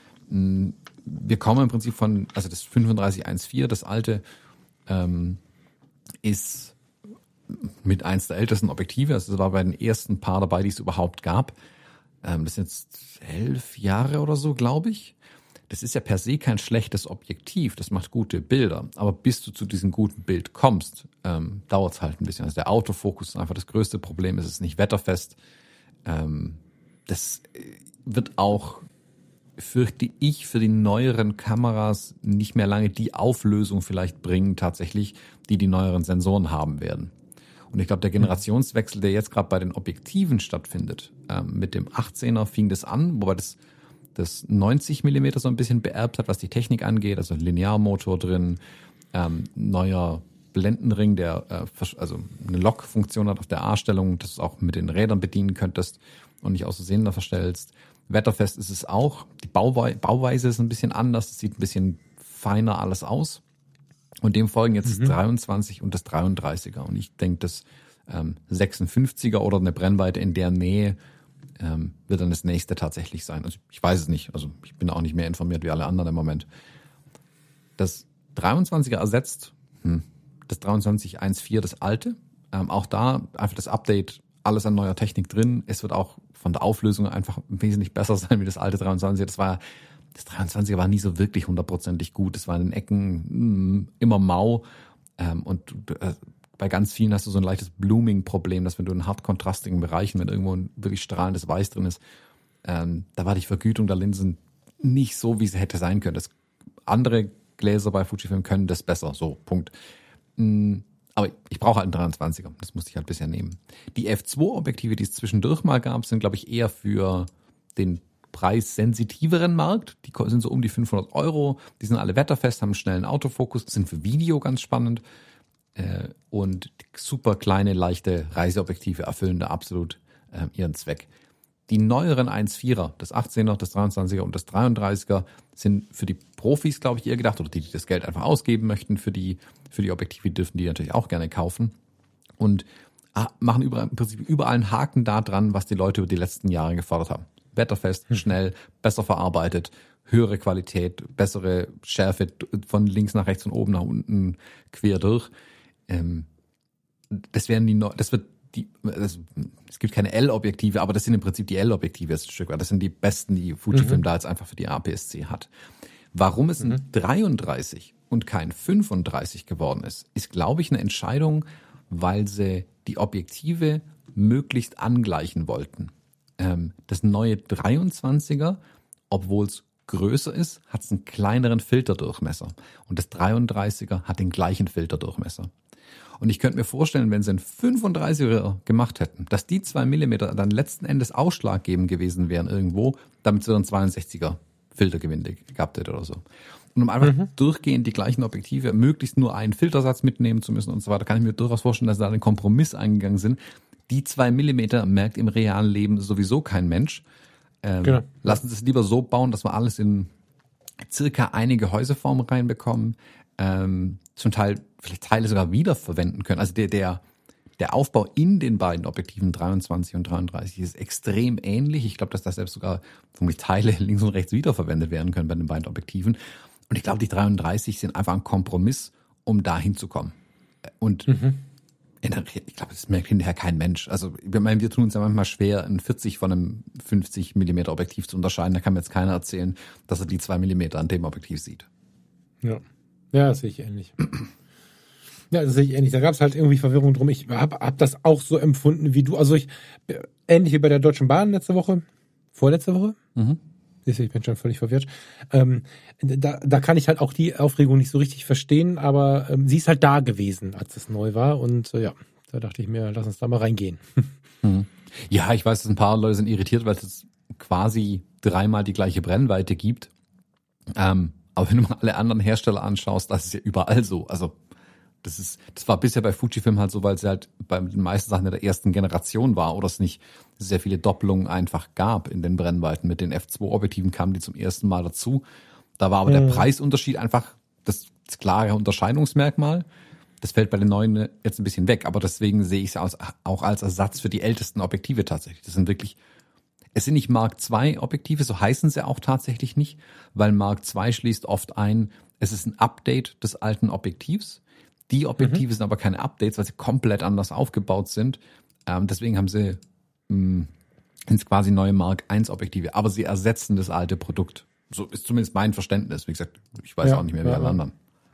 Wir kommen im Prinzip von, also das fünfunddreißig eins Komma vier, das alte, ähm, ist mit eins der ältesten Objektive. Also das war bei den ersten paar dabei, die es überhaupt gab. Ähm, das sind jetzt elf Jahre oder so, glaube ich. Das ist ja per se kein schlechtes Objektiv, das macht gute Bilder. Aber bis du zu diesem guten Bild kommst, ähm, dauert es halt ein bisschen. Also der Autofokus ist einfach das größte Problem, es ist nicht wetterfest. Ähm, das wird auch, fürchte ich, für die neueren Kameras nicht mehr lange die Auflösung vielleicht bringen, tatsächlich, die die neueren Sensoren haben werden. Und ich glaube, der Generationswechsel, der jetzt gerade bei den Objektiven stattfindet, ähm, mit dem achtzehner fing das an, wobei das das neunzig Millimeter so ein bisschen beerbt hat, was die Technik angeht, also Linearmotor drin, ähm, neuer Blendenring, der äh, also eine Lock-Funktion hat auf der A-Stellung, dass du es auch mit den Rädern bedienen könntest und nicht aus Versehen da verstellst. Wetterfest ist es auch. Die Bauwe- Bauweise ist ein bisschen anders, es sieht ein bisschen feiner alles aus. Und dem folgen jetzt mhm. das dreiundzwanzig und das dreiunddreißiger. Und ich denke, das ähm, sechsundfünfziger oder eine Brennweite in der Nähe ähm, wird dann das nächste tatsächlich sein. Also ich weiß es nicht. Also ich bin auch nicht mehr informiert wie alle anderen im Moment. Das dreiundzwanziger ersetzt hm, das dreiundzwanzig eins Komma vier, das alte. Ähm, auch da einfach das Update, alles an neuer Technik drin. Es wird auch von der Auflösung einfach wesentlich besser sein wie das alte dreiundzwanziger. Das war das dreiundzwanziger war nie so wirklich hundertprozentig gut. Es war in den Ecken mh, immer mau. Ähm, und äh, bei ganz vielen hast du so ein leichtes Blooming-Problem, dass wenn du in hart kontrastigen Bereichen, wenn irgendwo ein wirklich strahlendes Weiß drin ist, ähm, da war die Vergütung der Linsen nicht so, wie sie hätte sein können. Das andere Gläser bei Fujifilm können das besser. So, Punkt. Mhm. Aber ich brauche halt einen dreiundzwanziger. Das musste ich halt bisher nehmen. Die F zwei Objektive, die es zwischendurch mal gab, sind, glaube ich, eher für den preissensitiveren Markt. Die sind so um die fünfhundert Euro. Die sind alle wetterfest, haben einen schnellen Autofokus, sind für Video ganz spannend. Äh, und super kleine, leichte Reiseobjektive erfüllen da absolut äh, ihren Zweck. die neueren eins Komma vierer, das achtzehner, das dreiundzwanziger und das dreiunddreißiger sind für die Profis, glaube ich, eher gedacht, oder die, die das Geld einfach ausgeben möchten für die, für die Objektive, dürfen die natürlich auch gerne kaufen. Und machen überall, im Prinzip überall einen Haken da dran, was die Leute über die letzten Jahre gefordert haben. Wetterfest, schnell, besser verarbeitet, höhere Qualität, bessere Schärfe von links nach rechts und oben nach unten quer durch. Ähm, das werden die, das wird die, das, es gibt keine L-Objektive, aber das sind im Prinzip die L-Objektive ein Stück weit. Das sind die besten, die Fujifilm mhm. da jetzt einfach für die A P S C hat. Warum es ein mhm. dreiunddreißig und kein fünfunddreißig geworden ist, ist, glaube ich, eine Entscheidung, weil sie die Objektive möglichst angleichen wollten. Ähm, das neue dreiundzwanziger, obwohl es größer ist, hat es einen kleineren Filterdurchmesser. Und das dreiunddreißiger hat den gleichen Filterdurchmesser. Und ich könnte mir vorstellen, wenn sie einen fünfunddreißiger gemacht hätten, dass die zwei Millimeter dann letzten Endes ausschlaggebend gewesen wären irgendwo, damit sie dann zweiundsechziger Filtergewinn gehabt hätte oder so. Und um einfach mhm. durchgehend die gleichen Objektive, möglichst nur einen Filtersatz mitnehmen zu müssen und so weiter, kann ich mir durchaus vorstellen, dass sie da einen Kompromiss eingegangen sind. Die zwei Millimeter merkt im realen Leben sowieso kein Mensch. Ähm, genau. Lassen Sie es lieber so bauen, dass wir alles in circa eine Gehäuseform reinbekommen, ähm, zum Teil vielleicht Teile sogar wiederverwenden können. Also der, der, der Aufbau in den beiden Objektiven dreiundzwanzig und dreiunddreißig ist extrem ähnlich. Ich glaube, dass da selbst sogar vermutlich Teile links und rechts wiederverwendet werden können bei den beiden Objektiven. Und ich glaube, die dreiunddreißig sind einfach ein Kompromiss, um da hinzukommen. Und mhm. in der, ich glaube, das merkt hinterher kein Mensch. Also ich meine, wir tun uns ja manchmal schwer, ein vierzig von einem fünfzig Millimeter Objektiv zu unterscheiden. Da kann mir jetzt keiner erzählen, dass er die zwei Millimeter an dem Objektiv sieht. Ja, ja, das sehe ich ähnlich. Ja, das sehe ich ähnlich. Da gab es halt irgendwie Verwirrung drum. Ich habe hab das auch so empfunden wie du. Also ich, ähnlich wie bei der Deutschen Bahn letzte Woche, vorletzte Woche. Mhm. Ich bin schon völlig verwirrt. Ähm, da, da kann ich halt auch die Aufregung nicht so richtig verstehen, aber ähm, sie ist halt da gewesen, als es neu war. Und äh, ja, da dachte ich mir, lass uns da mal reingehen. Mhm. Ja, ich weiß, dass ein paar Leute sind irritiert, weil es quasi dreimal die gleiche Brennweite gibt. Ähm, aber wenn du mal alle anderen Hersteller anschaust, das ist ja überall so. Also das ist, das war bisher bei Fujifilm halt so, weil es halt bei den meisten Sachen in der ersten Generation war oder es nicht sehr viele Doppelungen einfach gab in den Brennweiten. Mit den F zwei Objektiven kamen die zum ersten Mal dazu. Da war aber mhm. der Preisunterschied einfach das, das klare Unterscheidungsmerkmal. Das fällt bei den neuen jetzt ein bisschen weg, aber deswegen sehe ich es auch als Ersatz für die ältesten Objektive tatsächlich. Das sind wirklich, es sind nicht Mark zwei Objektive, so heißen sie auch tatsächlich nicht, weil Mark zwei schließt oft ein, es ist ein Update des alten Objektivs. Die Objektive mhm. sind aber keine Updates, weil sie komplett anders aufgebaut sind. Ähm, deswegen haben sie mh, sind quasi neue Mark eins Objektive, aber sie ersetzen das alte Produkt. So ist zumindest mein Verständnis. Wie gesagt, ich weiß ja, auch nicht mehr wie ja, alle anderen.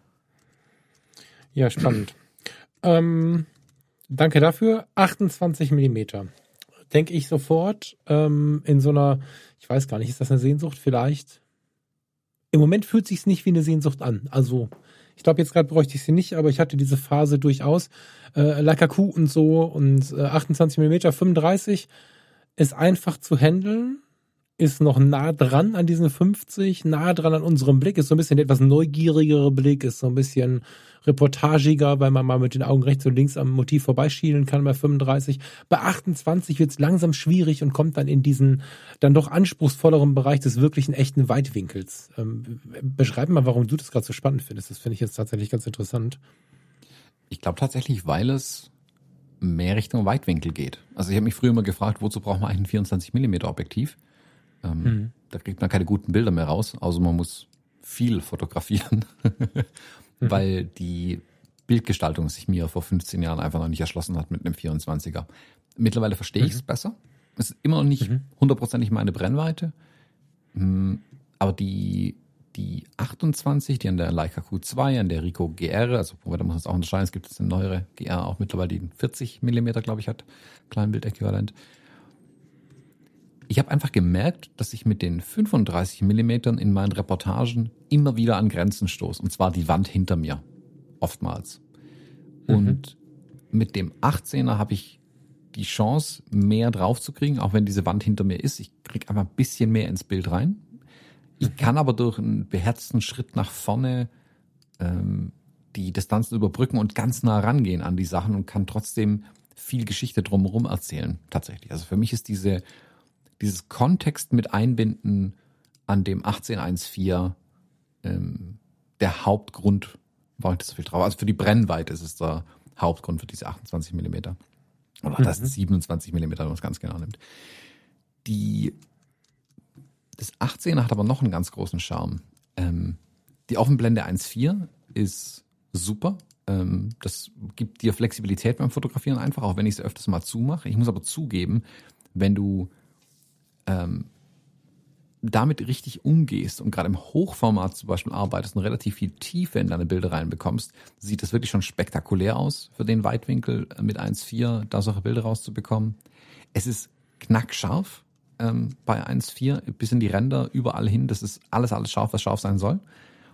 Ja, spannend. ähm, danke dafür. achtundzwanzig Millimeter. Denke ich sofort ähm, in so einer, ich weiß gar nicht, ist das eine Sehnsucht vielleicht? Im Moment fühlt es sich nicht wie eine Sehnsucht an. Also ich glaube, jetzt gerade bräuchte ich sie nicht, aber ich hatte diese Phase durchaus. Äh, Leica Q und so und äh, achtundzwanzig Millimeter, fünfunddreißig ist einfach zu handeln, ist noch nah dran an diesen fünfzig, nah dran an unserem Blick, ist so ein bisschen der etwas neugierigere Blick, ist so ein bisschen reportagiger, weil man mal mit den Augen rechts und links am Motiv vorbeischielen kann bei fünfunddreißig. Bei achtundzwanzig wird es langsam schwierig und kommt dann in diesen dann doch anspruchsvolleren Bereich des wirklichen echten Weitwinkels. Ähm, beschreib mal, warum du das gerade so spannend findest. Das finde ich jetzt tatsächlich ganz interessant. Ich glaube tatsächlich, weil es mehr Richtung Weitwinkel geht. Also ich habe mich früher immer gefragt, wozu braucht man eigentlich ein vierundzwanzig Millimeter Objektiv? Ähm, mhm. Da kriegt man keine guten Bilder mehr raus, außer man muss viel fotografieren. Weil die Bildgestaltung sich mir vor fünfzehn Jahren einfach noch nicht erschlossen hat mit einem vierundzwanziger. Mittlerweile verstehe ich es mhm. besser. Es ist immer noch nicht hundertprozentig meine Brennweite. Aber die, die achtundzwanzig, die an der Leica Q zwei, an der Ricoh G R, also da muss man es auch unterscheiden, es gibt jetzt eine neuere G R auch mittlerweile, die vierzig Millimeter, glaube ich, hat, Kleinbildäquivalent. Ich habe einfach gemerkt, dass ich mit den fünfunddreißig Millimetern in meinen Reportagen immer wieder an Grenzen stoße. Und zwar die Wand hinter mir. Oftmals. Mhm. Und mit dem achtzehner habe ich die Chance, mehr drauf zu kriegen, auch wenn diese Wand hinter mir ist. Ich kriege einfach ein bisschen mehr ins Bild rein. Ich mhm. kann aber durch einen beherzten Schritt nach vorne ähm, die Distanzen überbrücken und ganz nah rangehen an die Sachen und kann trotzdem viel Geschichte drumherum erzählen. Tatsächlich. Also für mich ist diese dieses Kontext mit einbinden an dem achtzehn eins vier ähm, der Hauptgrund, warum ich das so viel drauf. Also für die Brennweite ist es der Hauptgrund für diese achtundzwanzig Millimeter. Oder mhm. das siebenundzwanzig Millimeter, wenn man es ganz genau nimmt. Die, das achtzehner hat aber noch einen ganz großen Charme. Ähm, die Offenblende eins Komma vier ist super. Ähm, das gibt dir Flexibilität beim Fotografieren einfach, auch wenn ich es öfters mal zumache. Ich muss aber zugeben, wenn du ähm, damit richtig umgehst und gerade im Hochformat zum Beispiel arbeitest und relativ viel Tiefe in deine Bilder reinbekommst, sieht das wirklich schon spektakulär aus für den Weitwinkel mit eins Komma vier, da solche Bilder rauszubekommen. Es ist knackscharf ähm, bei eins Komma vier, bis in die Ränder, überall hin. Das ist alles, alles scharf, was scharf sein soll.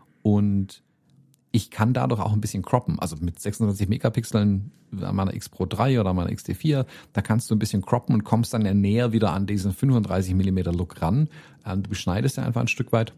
Und ich kann dadurch auch ein bisschen croppen. Also mit sechsundzwanzig Megapixeln an meiner X Pro drei oder meiner X T vier, da kannst du ein bisschen croppen und kommst dann ja näher wieder an diesen fünfunddreißig Millimeter Look ran. Du beschneidest ja einfach ein Stück weit.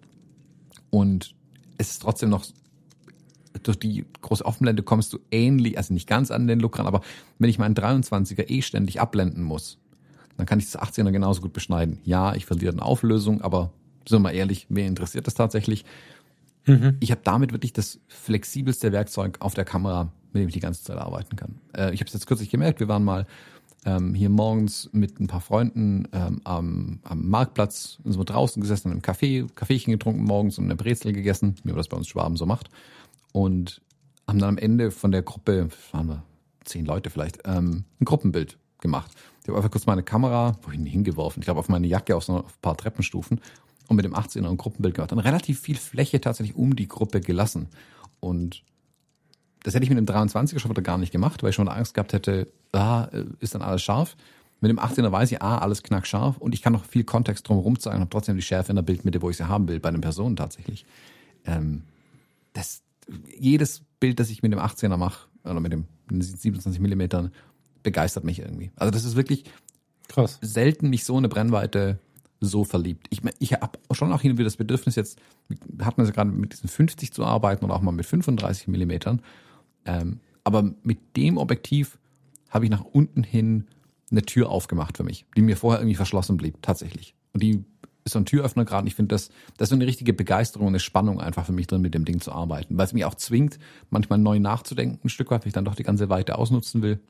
Und es ist trotzdem noch, durch die große Offenblende kommst du ähnlich, also nicht ganz an den Look ran, aber wenn ich meinen dreiundzwanziger eh ständig abblenden muss, dann kann ich das achtzehner genauso gut beschneiden. Ja, ich verliere eine Auflösung, aber sind wir mal ehrlich, wer interessiert das tatsächlich? Mhm. Ich habe damit wirklich das flexibelste Werkzeug auf der Kamera, mit dem ich die ganze Zeit arbeiten kann. Äh, ich habe es jetzt kürzlich gemerkt, wir waren mal ähm, hier morgens mit ein paar Freunden ähm, am, am Marktplatz, sind wir draußen gesessen, haben einen Kaffee, Kaffeechen getrunken morgens und eine Brezel gegessen, wie man das bei uns Schwaben so macht. Und haben dann am Ende von der Gruppe, waren wir zehn Leute vielleicht, ähm, ein Gruppenbild gemacht. Ich habe einfach kurz meine Kamera, wohin hingeworfen, ich glaube auf meine Jacke auf so ein paar Treppenstufen, und mit dem achtzehner ein Gruppenbild gemacht. Dann relativ viel Fläche tatsächlich um die Gruppe gelassen. Und das hätte ich mit dem dreiundzwanziger schon wieder gar nicht gemacht, weil ich schon Angst gehabt hätte, ah, ist dann alles scharf. Mit dem achtzehner weiß ich, ah, alles knackscharf. Und ich kann noch viel Kontext drumherum zeigen und habe trotzdem die Schärfe in der Bildmitte, wo ich sie haben will, bei den Personen tatsächlich. Ähm, das, jedes Bild, das ich mit dem achtzehner mache, oder mit dem siebenundzwanzig Millimeter, begeistert mich irgendwie. Also das ist wirklich krass. Selten mich so eine Brennweite so verliebt. Ich, ich habe schon auch hin und wieder das Bedürfnis jetzt, wir hatten es gerade mit diesen fünfzig zu arbeiten oder auch mal mit fünfunddreißig Millimetern. Ähm, aber mit dem Objektiv habe ich nach unten hin eine Tür aufgemacht für mich, die mir vorher irgendwie verschlossen blieb, tatsächlich. Und die ist so ein Türöffner gerade. Und ich finde, das, das ist so eine richtige Begeisterung und eine Spannung einfach für mich drin, mit dem Ding zu arbeiten. Weil es mich auch zwingt, manchmal neu nachzudenken, ein Stück weit, weil ich dann doch die ganze Weite ausnutzen will.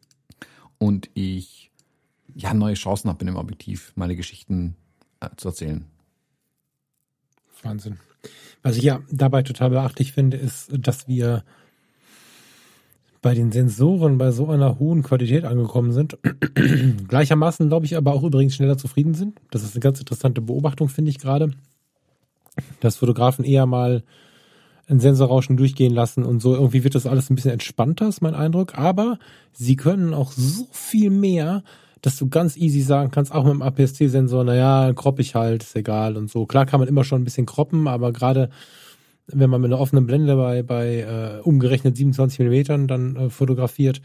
Und ich ja neue Chancen habe, in dem Objektiv meine Geschichten äh, zu erzählen. Wahnsinn. Was ich ja dabei total beachtlich finde, ist, dass wir bei den Sensoren bei so einer hohen Qualität angekommen sind. Gleichermaßen, glaube ich, aber auch übrigens schneller zufrieden sind. Das ist eine ganz interessante Beobachtung, finde ich gerade. Dass Fotografen eher mal ein Sensorrauschen durchgehen lassen und so. Irgendwie wird das alles ein bisschen entspannter, ist mein Eindruck. Aber sie können auch so viel mehr, dass du ganz easy sagen kannst, auch mit dem A P S C-Sensor, naja, kropp ich halt, ist egal und so. Klar kann man immer schon ein bisschen kroppen, aber gerade wenn man mit einer offenen Blende bei, bei äh, umgerechnet siebenundzwanzig Millimetern dann äh, fotografiert,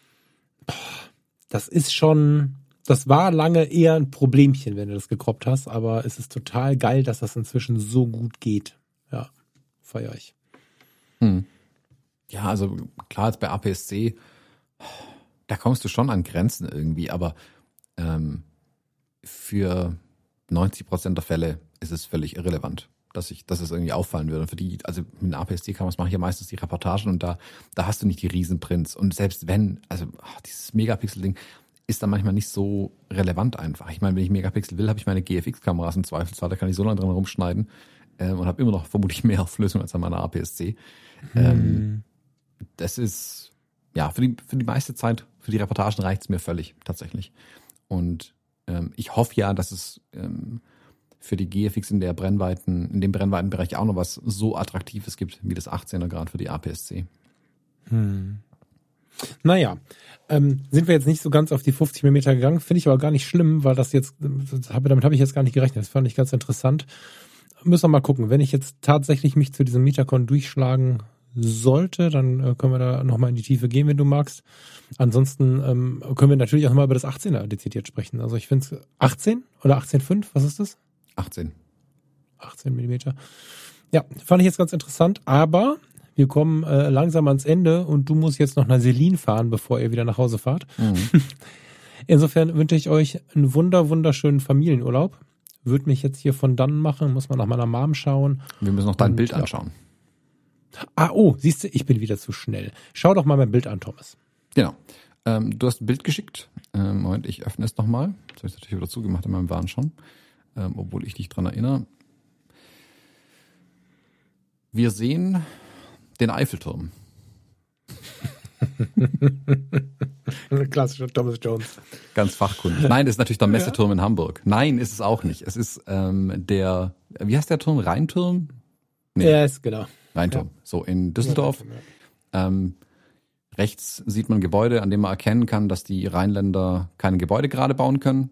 das ist schon, das war lange eher ein Problemchen, wenn du das gekroppt hast, aber es ist total geil, dass das inzwischen so gut geht. Ja, feier ich. Hm. Ja, also klar, jetzt bei A P S C, da kommst du schon an Grenzen irgendwie, aber ähm, für neunzig Prozent der Fälle ist es völlig irrelevant, dass ich, dass es irgendwie auffallen würde. Und für die, also mit A P S C-Kameras mache ich ja meistens die Reportagen und da, da hast du nicht die Riesenprints. Und selbst wenn, also ach, dieses Megapixel-Ding ist dann manchmal nicht so relevant einfach. Ich meine, wenn ich Megapixel will, habe ich meine G F X-Kameras im Zweifelsfall, da kann ich so lange dran rumschneiden äh, und habe immer noch vermutlich mehr Auflösung als an meiner A P S C. Hm. Ähm, das ist, ja, für die, für die meiste Zeit, für die Reportagen reicht es mir völlig, tatsächlich. Und ähm, ich hoffe ja, dass es ähm, für die G F X in der Brennweiten, in dem Brennweitenbereich auch noch was so Attraktives gibt, wie das achtzehner Grad für die A P S C. Hm. Naja, ähm, sind wir jetzt nicht so ganz auf die fünfzig Millimeter gegangen, finde ich aber gar nicht schlimm, weil das jetzt, das habe, damit habe ich jetzt gar nicht gerechnet, das fand ich ganz interessant. Müssen wir mal gucken, wenn ich jetzt tatsächlich mich zu diesem Metacon durchschlagen sollte, dann äh, können wir da nochmal in die Tiefe gehen, wenn du magst. Ansonsten ähm, können wir natürlich auch nochmal über das achtzehner dezidiert sprechen. Also ich finde es achtzehn oder achtzehn Komma fünf, was ist das? achtzehn. achtzehn Millimeter. Ja, fand ich jetzt ganz interessant, aber wir kommen äh, langsam ans Ende und du musst jetzt noch nach Selin fahren, bevor ihr wieder nach Hause fahrt. Mhm. Insofern wünsche ich euch einen wunder, wunderschönen Familienurlaub. Würde mich jetzt hier von dann machen, muss man nach meiner Mom schauen. Wir müssen noch dein Und, Bild ja. anschauen. Ah, oh, siehst du, ich bin wieder zu schnell. Schau doch mal mein Bild an, Thomas. Genau. Ähm, du hast ein Bild geschickt. Ähm, Moment, ich öffne es nochmal. Das habe ich natürlich wieder zugemacht in meinem Wahn schon. Ähm, obwohl ich dich dran erinnere. Wir sehen den Eiffelturm. Klassischer Thomas Jones. Ganz fachkundig. Nein, das ist natürlich der Messeturm in Hamburg. Nein, ist es auch nicht. Es ist ähm, der, wie heißt der Turm? Rheinturm? Nee. Ja, ist genau. Rheinturm. Ja. So in Düsseldorf. Ja, ähm, rechts sieht man Gebäude, an dem man erkennen kann, dass die Rheinländer keine Gebäude gerade bauen können.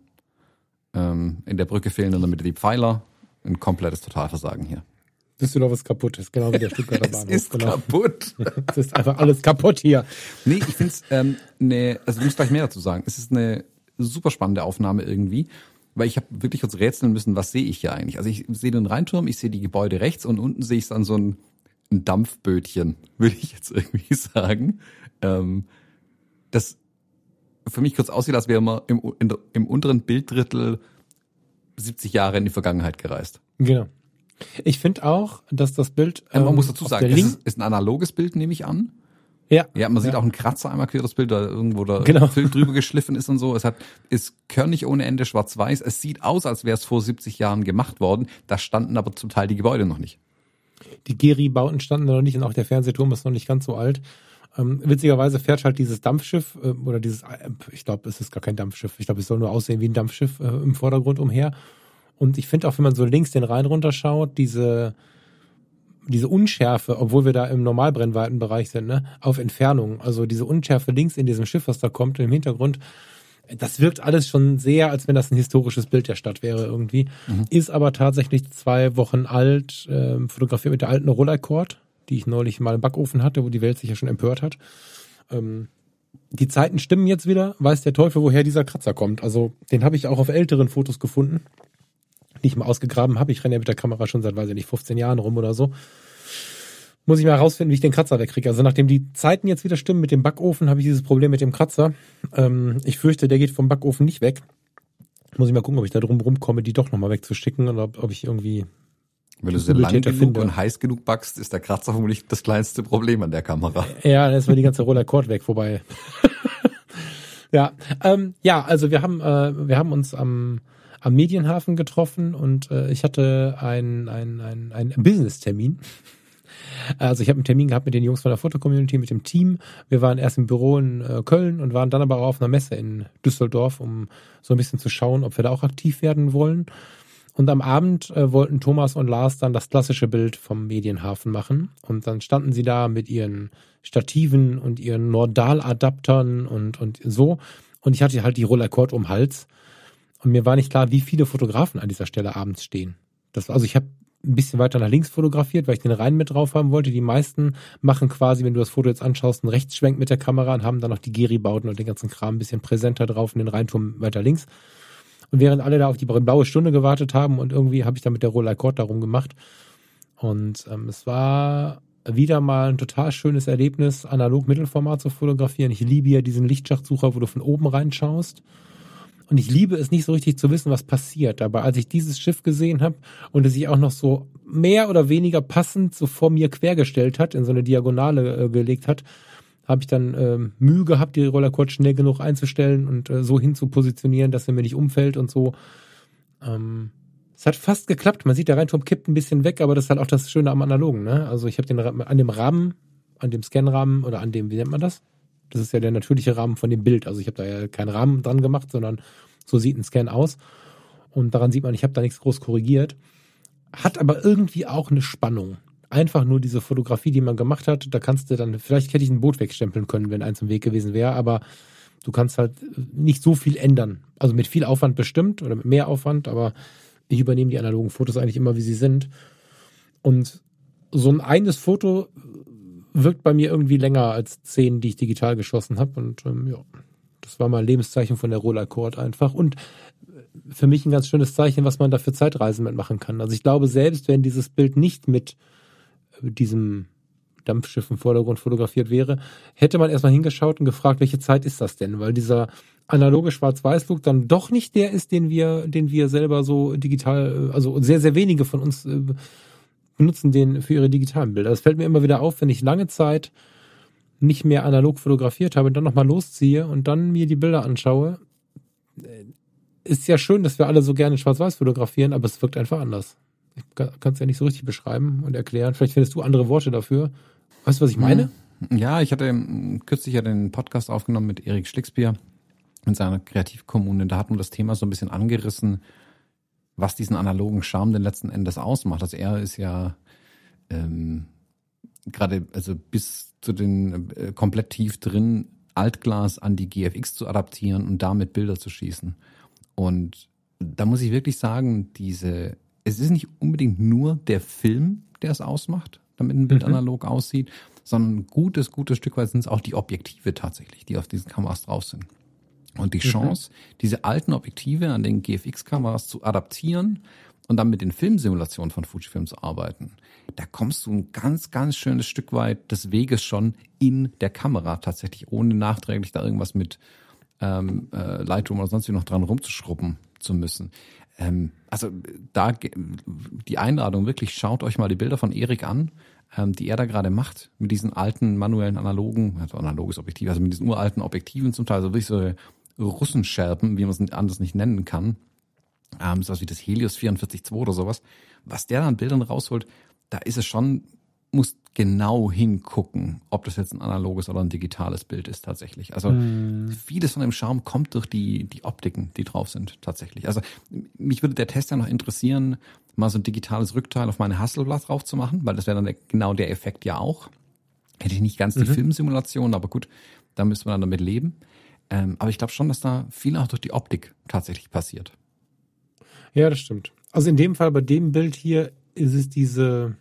Ähm, in der Brücke fehlen in der Mitte die Pfeiler. Ein komplettes Totalversagen hier. Düsseldorf ist kaputt, ist genau wie der Stuttgarter Bahnhof. Es ist genau. kaputt. Es ist einfach alles kaputt hier. Nee, ich finde es, ähm, ne, also du musst gleich mehr dazu sagen. Es ist eine super spannende Aufnahme irgendwie, weil ich habe wirklich kurz rätseln müssen, was sehe ich hier eigentlich? Also ich sehe den Rheinturm, ich sehe die Gebäude rechts und unten sehe ich dann so ein, ein Dampfbötchen, würde ich jetzt irgendwie sagen. Ähm, das für mich kurz aussieht, als wäre man im, in der, im unteren Bilddrittel siebzig Jahre in die Vergangenheit gereist. Genau. Ich finde auch, dass das Bild. Ähm, man ähm, muss dazu auf sagen, der es Link- ist, ist ein analoges Bild, nehme ich an. Ja. Ja, man sieht Ja. auch einen Kratzer einmal quer das Bild, da irgendwo da Genau. Film drüber geschliffen ist und so. Es hat, ist körnig ohne Ende, schwarz-weiß. Es sieht aus, als wäre es vor siebzig Jahren gemacht worden. Da standen aber zum Teil die Gebäude noch nicht. Die Geri-Bauten standen noch nicht und auch der Fernsehturm ist noch nicht ganz so alt. Ähm, witzigerweise fährt halt dieses Dampfschiff äh, oder dieses, äh, ich glaube, es ist gar kein Dampfschiff. Ich glaube, es soll nur aussehen wie ein Dampfschiff äh, im Vordergrund umher. Und ich finde auch, wenn man so links den Rhein runterschaut, diese diese Unschärfe, obwohl wir da im Normalbrennweitenbereich sind, ne, auf Entfernung, also diese Unschärfe links in diesem Schiff, was da kommt, im Hintergrund, das wirkt alles schon sehr, als wenn das ein historisches Bild der Stadt wäre irgendwie. Mhm. Ist aber tatsächlich zwei Wochen alt, äh, fotografiert mit der alten Rollercord, die ich neulich mal im Backofen hatte, wo die Welt sich ja schon empört hat. Ähm, die Zeiten stimmen jetzt wieder, weiß der Teufel, woher dieser Kratzer kommt. Also den habe ich auch auf älteren Fotos gefunden, die ich mal ausgegraben habe. Ich renne ja mit der Kamera schon seit, weiß ich nicht, fünfzehn Jahren rum oder so. Muss ich mal herausfinden, wie ich den Kratzer wegkriege. Also nachdem die Zeiten jetzt wieder stimmen mit dem Backofen, habe ich dieses Problem mit dem Kratzer. Ähm, ich fürchte, der geht vom Backofen nicht weg. Muss ich mal gucken, ob ich da drum rumkomme, die doch nochmal wegzuschicken oder ob, ob ich irgendwie... Wenn du sie lang genug und heiß genug backst, ist der Kratzer vermutlich das kleinste Problem an der Kamera. Ja, dann ist mir die ganze Rollercord weg, wobei... ja, ähm, ja, also wir haben, äh, wir haben uns am... am Medienhafen getroffen und äh, ich hatte einen ein, ein, ein Business-Termin. Also ich habe einen Termin gehabt mit den Jungs von der Foto-Community, mit dem Team. Wir waren erst im Büro in äh, Köln und waren dann aber auch auf einer Messe in Düsseldorf, um so ein bisschen zu schauen, ob wir da auch aktiv werden wollen. Und am Abend äh, wollten Thomas und Lars dann das klassische Bild vom Medienhafen machen. Und dann standen sie da mit ihren Stativen und ihren Nordal-Adaptern und, und so. Und ich hatte halt die Rollercord um den Hals. Und mir war nicht klar, wie viele Fotografen an dieser Stelle abends stehen. Das, also ich habe ein bisschen weiter nach links fotografiert, weil ich den Rhein mit drauf haben wollte. Die meisten machen quasi, wenn du das Foto jetzt anschaust, einen Rechtsschwenk mit der Kamera und haben dann noch die Geri-Bauten und den ganzen Kram ein bisschen präsenter drauf und den Rheinturm weiter links. Und während alle da auf die blaue Stunde gewartet haben und irgendwie habe ich da mit der Rollercord darum gemacht. Und ähm, es war wieder mal ein total schönes Erlebnis, analog Mittelformat zu fotografieren. Ich liebe ja diesen Lichtschachtsucher, wo du von oben reinschaust. Und ich liebe es nicht so richtig zu wissen, was passiert. Aber als ich dieses Schiff gesehen habe und es sich auch noch so mehr oder weniger passend so vor mir quergestellt hat, in so eine Diagonale äh, gelegt hat, habe ich dann äh, Mühe gehabt, die Rollercord schnell genug einzustellen und äh, so hin zu positionieren, dass er mir nicht umfällt und so. Ähm, es hat fast geklappt. Man sieht, der Rheinturm kippt ein bisschen weg, aber das ist halt auch das Schöne am Analogen. Ne? Also ich habe den an dem Rahmen, an dem Scanrahmen oder an dem, wie nennt man das? Das ist ja der natürliche Rahmen von dem Bild. Also ich habe da ja keinen Rahmen dran gemacht, sondern so sieht ein Scan aus. Und daran sieht man, ich habe da nichts groß korrigiert. Hat aber irgendwie auch eine Spannung. Einfach nur diese Fotografie, die man gemacht hat, da kannst du dann, vielleicht hätte ich ein Boot wegstempeln können, wenn eins im Weg gewesen wäre, aber du kannst halt nicht so viel ändern. Also mit viel Aufwand bestimmt oder mit mehr Aufwand, aber ich übernehme die analogen Fotos eigentlich immer, wie sie sind. Und so ein eines Foto wirkt bei mir irgendwie länger als zehn, die ich digital geschossen habe. Und ähm, ja, das war mal ein Lebenszeichen von der Rollercord einfach. Und für mich ein ganz schönes Zeichen, was man da für Zeitreisen mitmachen kann. Also ich glaube, selbst wenn dieses Bild nicht mit diesem Dampfschiff im Vordergrund fotografiert wäre, hätte man erstmal hingeschaut und gefragt, welche Zeit ist das denn? Weil dieser analoge Schwarz-Weiß-Look dann doch nicht der ist, den wir, den wir selber so digital, also sehr, sehr wenige von uns äh, benutzen den für ihre digitalen Bilder. Das fällt mir immer wieder auf, wenn ich lange Zeit nicht mehr analog fotografiert habe und dann nochmal losziehe und dann mir die Bilder anschaue. Ist ja schön, dass wir alle so gerne Schwarz-Weiß fotografieren, aber es wirkt einfach anders. Ich kann es ja nicht so richtig beschreiben und erklären. Vielleicht findest du andere Worte dafür. Weißt du, was ich meine? Ja, ich hatte kürzlich ja den Podcast aufgenommen mit Erik Schlicksbier in seiner Kreativkommune. Da hat man das Thema so ein bisschen angerissen, was diesen analogen Charme denn letzten Endes ausmacht. Also er ist ja ähm, gerade also bis zu den äh, komplett tief drin, Altglas an die G F X zu adaptieren und damit Bilder zu schießen. Und da muss ich wirklich sagen, diese, es ist nicht unbedingt nur der Film, der es ausmacht, damit ein Bild mhm. analog aussieht, sondern ein gutes, gutes Stück weit sind es auch die Objektive tatsächlich, die auf diesen Kameras drauf sind. Und die Chance, mhm. diese alten Objektive an den G F X-Kameras zu adaptieren und dann mit den Filmsimulationen von Fujifilm zu arbeiten, da kommst du ein ganz, ganz schönes Stück weit des Weges schon in der Kamera tatsächlich, ohne nachträglich da irgendwas mit ähm, äh, Lightroom oder sonst wie noch dran rumzuschrubben zu müssen. Ähm, also da die Einladung wirklich, schaut euch mal die Bilder von Erik an, ähm, die er da gerade macht, mit diesen alten manuellen analogen, also analoges Objektiv, also mit diesen uralten Objektiven zum Teil, also wirklich so Russenscherben, wie man es anders nicht nennen kann, ähm, sowas wie das Helios vierundvierzig Komma zwei oder sowas, was der da an Bildern rausholt, da ist es schon, muss genau hingucken, ob das jetzt ein analoges oder ein digitales Bild ist tatsächlich. Also mm. vieles von dem Charme kommt durch die die Optiken, die drauf sind tatsächlich. Also mich würde der Test ja noch interessieren, mal so ein digitales Rückteil auf meine Hasselblad drauf zu machen, weil das wäre dann der, genau der Effekt ja auch. Hätte ich nicht ganz die mhm. Filmsimulation, aber gut, da müsste man dann damit leben. Ähm, aber ich glaube schon, dass da viel auch durch die Optik tatsächlich passiert. Ja, das stimmt. Also in dem Fall, bei dem Bild hier, ist es diese,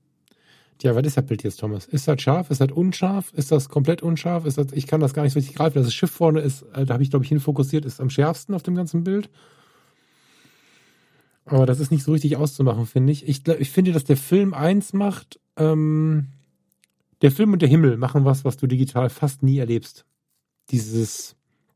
ja, was ist das Bild jetzt, Thomas? Ist das scharf? Ist das unscharf? Ist das komplett unscharf? Ist das, ich kann das gar nicht so richtig greifen. Das Schiff vorne ist, da habe ich, glaube ich, hinfokussiert, ist am schärfsten auf dem ganzen Bild. Aber das ist nicht so richtig auszumachen, finde ich. Ich, ich finde, dass der Film eins macht, ähm, der Film und der Himmel machen was, was du digital fast nie erlebst. Dieses,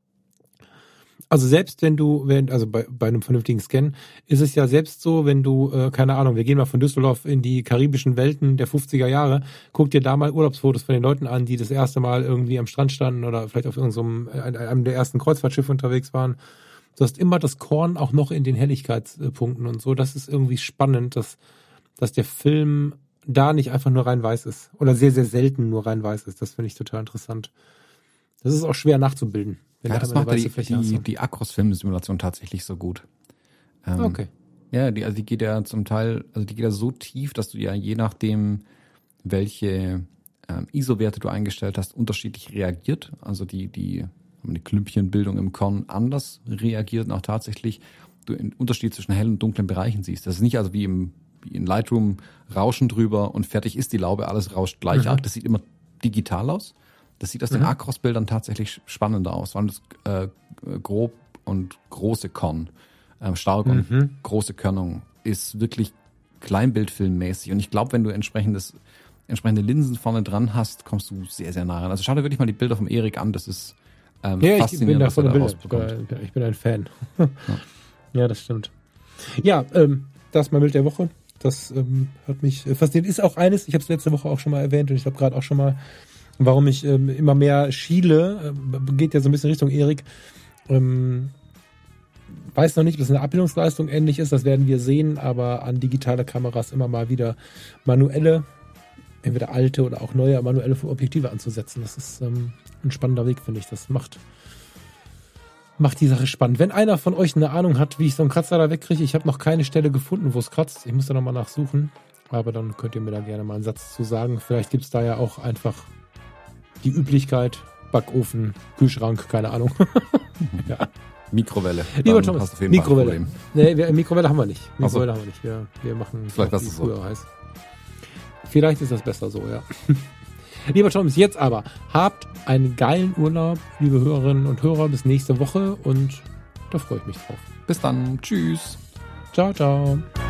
also selbst wenn du, wenn, also bei, bei einem vernünftigen Scan, ist es ja selbst so, wenn du, äh, keine Ahnung, wir gehen mal von Düsseldorf in die karibischen Welten der fünfziger Jahre, guck dir da mal Urlaubsfotos von den Leuten an, die das erste Mal irgendwie am Strand standen oder vielleicht auf irgendeinem, einem der ersten Kreuzfahrtschiffe unterwegs waren. Du hast immer das Korn auch noch in den Helligkeitspunkten und so. Das ist irgendwie spannend, dass, dass der Film da nicht einfach nur rein weiß ist. Oder sehr, sehr selten nur rein weiß ist. Das finde ich total interessant. Das ist auch schwer nachzubilden. Wenn ja, das macht die, die, die Acros-Filmsimulation tatsächlich so gut. Ähm, okay. Ja, die, also die geht ja zum Teil, also die geht ja so tief, dass du ja je nachdem, welche ähm, I S O-Werte du eingestellt hast, unterschiedlich reagiert. Also die, die eine Klümpchenbildung im Korn anders reagiert und auch tatsächlich du einen Unterschied zwischen hellen und dunklen Bereichen siehst. Das ist nicht also wie im wie in Lightroom Rauschen drüber und fertig ist die Laube, alles rauscht gleich mhm. ab. Das sieht immer digital aus. Das sieht aus mhm. den Acros-Bildern tatsächlich spannender aus, weil das äh, grob und große Korn, äh, stark und mhm. große Körnung ist wirklich kleinbildfilmmäßig. Und ich glaube, wenn du entsprechendes, entsprechende Linsen vorne dran hast, kommst du sehr, sehr nah ran. Also schau dir wirklich mal die Bilder vom Erik an. Das ist ähm, ja, faszinierend, was er da rausbekommt. Ich bin ein Fan. ja. ja, das stimmt. Ja, ähm, das ist mein Bild der Woche. Das ähm, hat mich fasziniert. Ist auch eines, ich habe es letzte Woche auch schon mal erwähnt und ich glaube gerade auch schon mal, warum ich ähm, immer mehr schiele, äh, geht ja so ein bisschen Richtung Erik. Ähm, weiß noch nicht, ob es eine Abbildungsleistung ähnlich ist, das werden wir sehen, aber an digitale Kameras immer mal wieder manuelle, entweder alte oder auch neue manuelle Objektive anzusetzen. Das ist ähm, ein spannender Weg, finde ich. Das macht, macht die Sache spannend. Wenn einer von euch eine Ahnung hat, wie ich so einen Kratzer da wegkriege, ich habe noch keine Stelle gefunden, wo es kratzt. Ich muss da nochmal nachsuchen. Aber dann könnt ihr mir da gerne mal einen Satz zu sagen. Vielleicht gibt es da ja auch einfach die Üblichkeit, Backofen, Kühlschrank, keine Ahnung. ja. Mikrowelle. Lieber Thomas, Mikrowelle. Nee, wir, Mikrowelle haben wir nicht. Mikrowelle so. haben wir nicht. Wir, wir machen vielleicht was es früher so heiß. Vielleicht ist das besser so, ja. Lieber Thomas, jetzt aber, habt einen geilen Urlaub, liebe Hörerinnen und Hörer, bis nächste Woche und da freue ich mich drauf. Bis dann. Tschüss. Ciao, ciao.